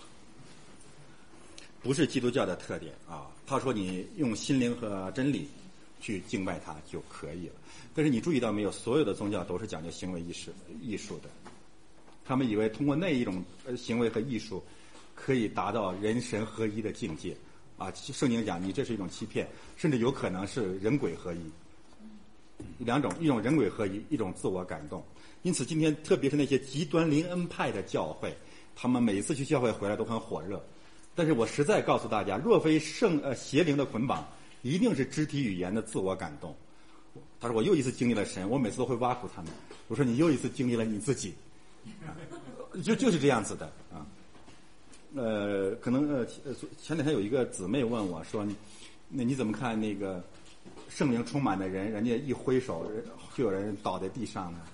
[SPEAKER 1] 不是基督教的特点啊。他说你用心灵和真理去敬拜他就可以了。但是你注意到没有，所有的宗教都是讲究行为艺术艺术的。他们以为通过那一种行为和艺术可以达到人神合一的境界啊。圣经讲你这是一种欺骗，甚至有可能是人鬼合一。两种，一种人鬼合一，一种自我感动。因此今天特别是那些极端灵恩派的教会，他们每一次去教会回来都很火热。但是我实在告诉大家，若非圣呃邪灵的捆绑，一定是肢体语言的自我感动。他说我又一次经历了神，我每次都会挖苦他们。我说你又一次经历了你自己，啊、就就是这样子的啊。呃，可能呃前两天有一个姊妹问我说，那你怎么看那个圣灵充满的人，人家一挥手就有人倒在地上呢？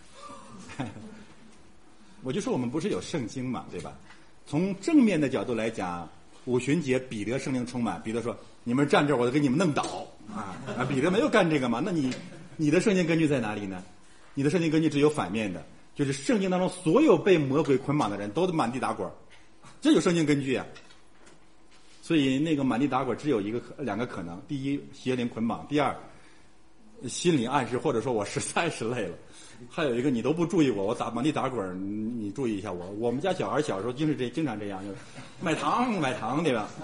[SPEAKER 1] 我就说我们不是有圣经嘛，对吧？从正面的角度来讲，五旬节彼得圣灵充满，彼得说你们站这儿我就给你们弄倒啊！啊，彼得没有干这个嘛？那你你的圣经根据在哪里呢？你的圣经根据只有反面的，就是圣经当中所有被魔鬼捆绑的人都满地打滚，这有圣经根据啊。所以那个满地打滚只有一个两个可能：第一，邪灵捆绑；第二，心理暗示，或者说我实在是累了。还有一个，你都不注意我，我打满地打滚，你注意一下我。我们家小孩小时候经是这经常这样，就是买糖买糖，对吧？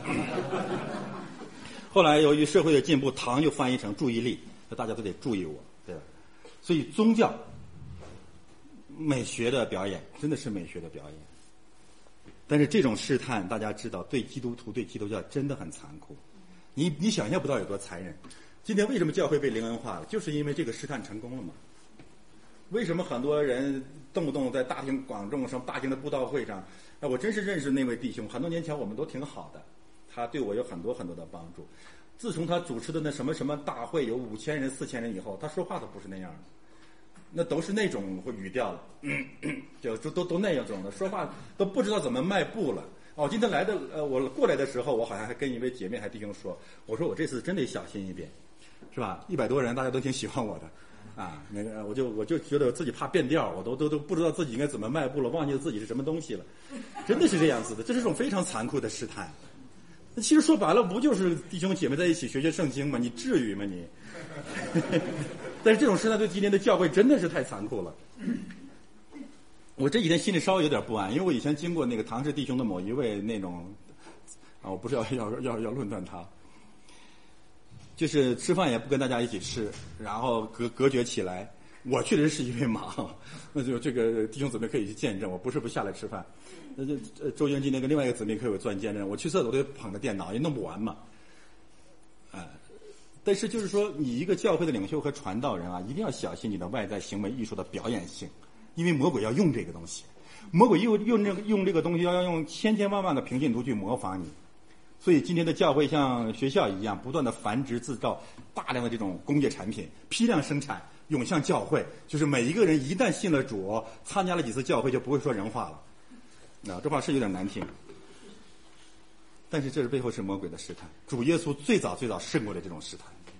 [SPEAKER 1] 后来由于社会的进步，糖就翻译成注意力，大家都得注意我，对吧？所以宗教美学的表演真的是美学的表演，但是这种试探大家知道，对基督徒对基督教真的很残酷，你你想象不到有多残忍。今天为什么教会被灵恩化了？就是因为这个试探成功了嘛。为什么很多人动不动在大庭广众上、大型的布道会上，哎，我真是认识那位弟兄，很多年前我们都挺好的，他对我有很多很多的帮助。自从他主持的那什么什么大会有五千人、四千人以后，他说话都不是那样的，那都是那种语调了，嗯嗯、就都都都那样种的，说话都不知道怎么迈步了。哦，今天来的呃，我过来的时候，我好像还跟一位姐妹还弟兄说，我说我这次真得小心一点，是吧？一百多人，大家都挺喜欢我的。啊，那个我就我就觉得自己怕变调，我都都都不知道自己应该怎么迈步了，忘记了自己是什么东西了，真的是这样子的，这是一种非常残酷的试探。那其实说白了，不就是弟兄姐妹在一起学学圣经吗？你至于吗你？但是这种试探对今天的教会真的是太残酷了。我这几天心里稍微有点不安，因为我以前经过那个唐氏弟兄的某一位那种啊，我不是要要要要论断他。就是吃饭也不跟大家一起吃，然后隔隔绝起来。我确实是因为忙，那就这个弟兄姊妹可以去见证，我不是不下来吃饭。那就呃，周英今天跟另外一个姊妹可以做见证，我去厕所都得捧着电脑，也弄不完嘛。啊、呃，但是就是说，你一个教会的领袖和传道人啊，一定要小心你的外在行为艺术的表演性，因为魔鬼要用这个东西，魔鬼用用这个用这个东西要用千千万万个平信徒去模仿你。所以今天的教会像学校一样，不断的繁殖制造大量的这种工业产品，批量生产，涌向教会。就是每一个人一旦信了主，参加了几次教会，就不会说人话了。啊，这话是有点难听，但是这是背后是魔鬼的试探。主耶稣最早最早胜过了这种试探，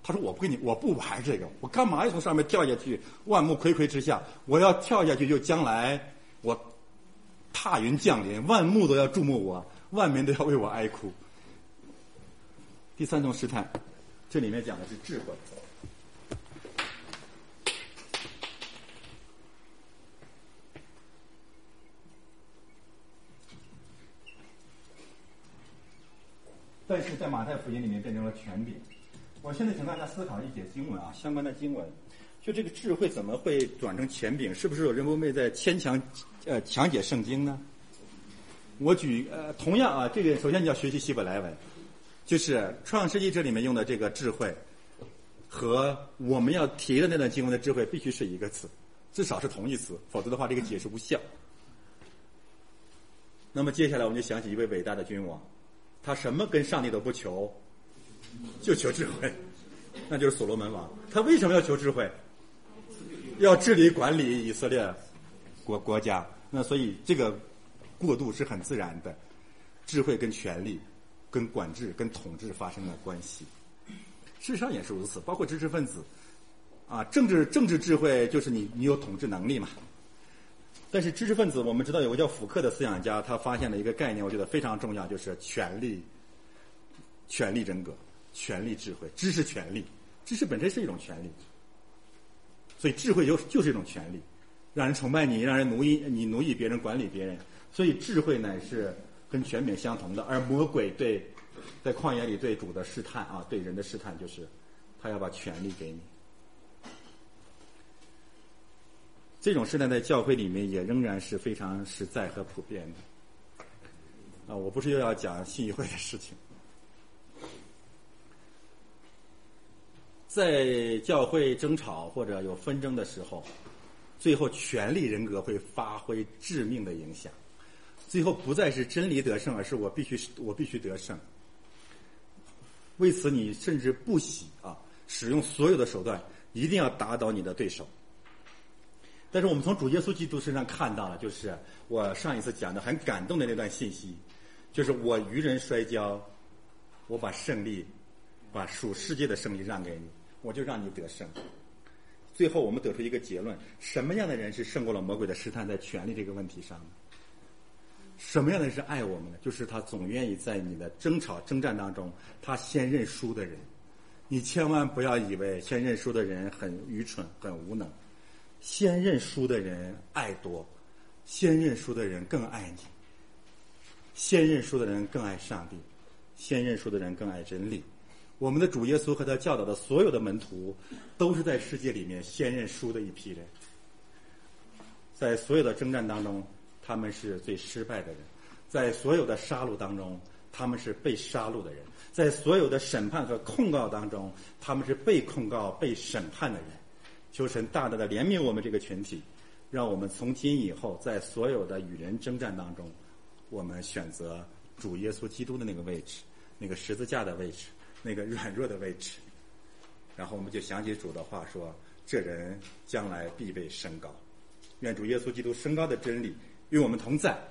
[SPEAKER 7] 他说我不跟你，我不玩这个，我干嘛要从上面跳下去？万木睽睽之下，我要跳下去，就将来我踏云降临，万木都要注目我，万民都要为我哀哭。第三种试探，这里面讲的是智慧。但是在马太福音里面变成了权柄。我现在请大家思考一节经文啊，相关的经文，就这个智慧怎么会转成权柄？是不是有人不会在牵强呃强解圣经呢？我举呃同样啊，这个首先你要学习希伯来文，就是创世纪这里面用的这个智慧，和我们要提的那段经文的智慧必须是一个词，至少是同义词，否则的话这个解释无效。那么接下来我们就想起一位伟大的君王，他什么跟上帝都不求，就求智慧，那就是所罗门王。他为什么要求智慧？要治理管理以色列国国家。那所以这个过渡是很自然的，智慧跟权力、跟管制、跟统治发生了关系。事实上也是如此，包括知识分子啊，政治政治智慧就是你你有统治能力嘛。但是知识分子，我们知道有个叫福克的思想家，他发现了一个概念，我觉得非常重要，就是权力、权力人格、权力智慧、知识权力。知识本身是一种权力，所以智慧就就是一种权力，让人崇拜你，让人奴役你，奴役别人，管理别人。所以智慧乃是跟权柄相同的。而魔鬼对在旷野里对主的试探啊，对人的试探，就是他要把权力给你。这种试探在教会里面也仍然是非常实在和普遍的。啊，我不是又要讲信义会的事情。在教会争吵或者有纷争的时候，最后权力人格会发挥致命的影响。最后不再是真理得胜，而是我必须我必须得胜。为此，你甚至不惜啊使用所有的手段，一定要打倒你的对手。但是我们从主耶稣基督身上看到了，就是我上一次讲的很感动的那段信息，就是我与人摔跤，我把胜利，把属世界的胜利让给你，我就让你得胜。最后我们得出一个结论：什么样的人是胜过了魔鬼的试探在权力这个问题上呢？什么样的人是爱我们的？就是他总愿意在你的争吵征战当中，他先认输的人。你千万不要以为先认输的人很愚蠢很无能，先认输的人爱多，先认输的人更爱你，先认输的人更爱上帝，先认输的人更爱真理。我们的主耶稣和他教导的所有的门徒都是在世界里面先认输的一批人，在所有的征战当中他们是最失败的人，在所有的杀戮当中他们是被杀戮的人，在所有的审判和控告当中他们是被控告被审判的人。求神大大的怜悯我们这个群体，让我们从今以后在所有的与人征战当中，我们选择主耶稣基督的那个位置，那个十字架的位置，那个软弱的位置。然后我们就想起主的话说，这人将来必被升高。愿主耶稣基督升高的真理与我们同在，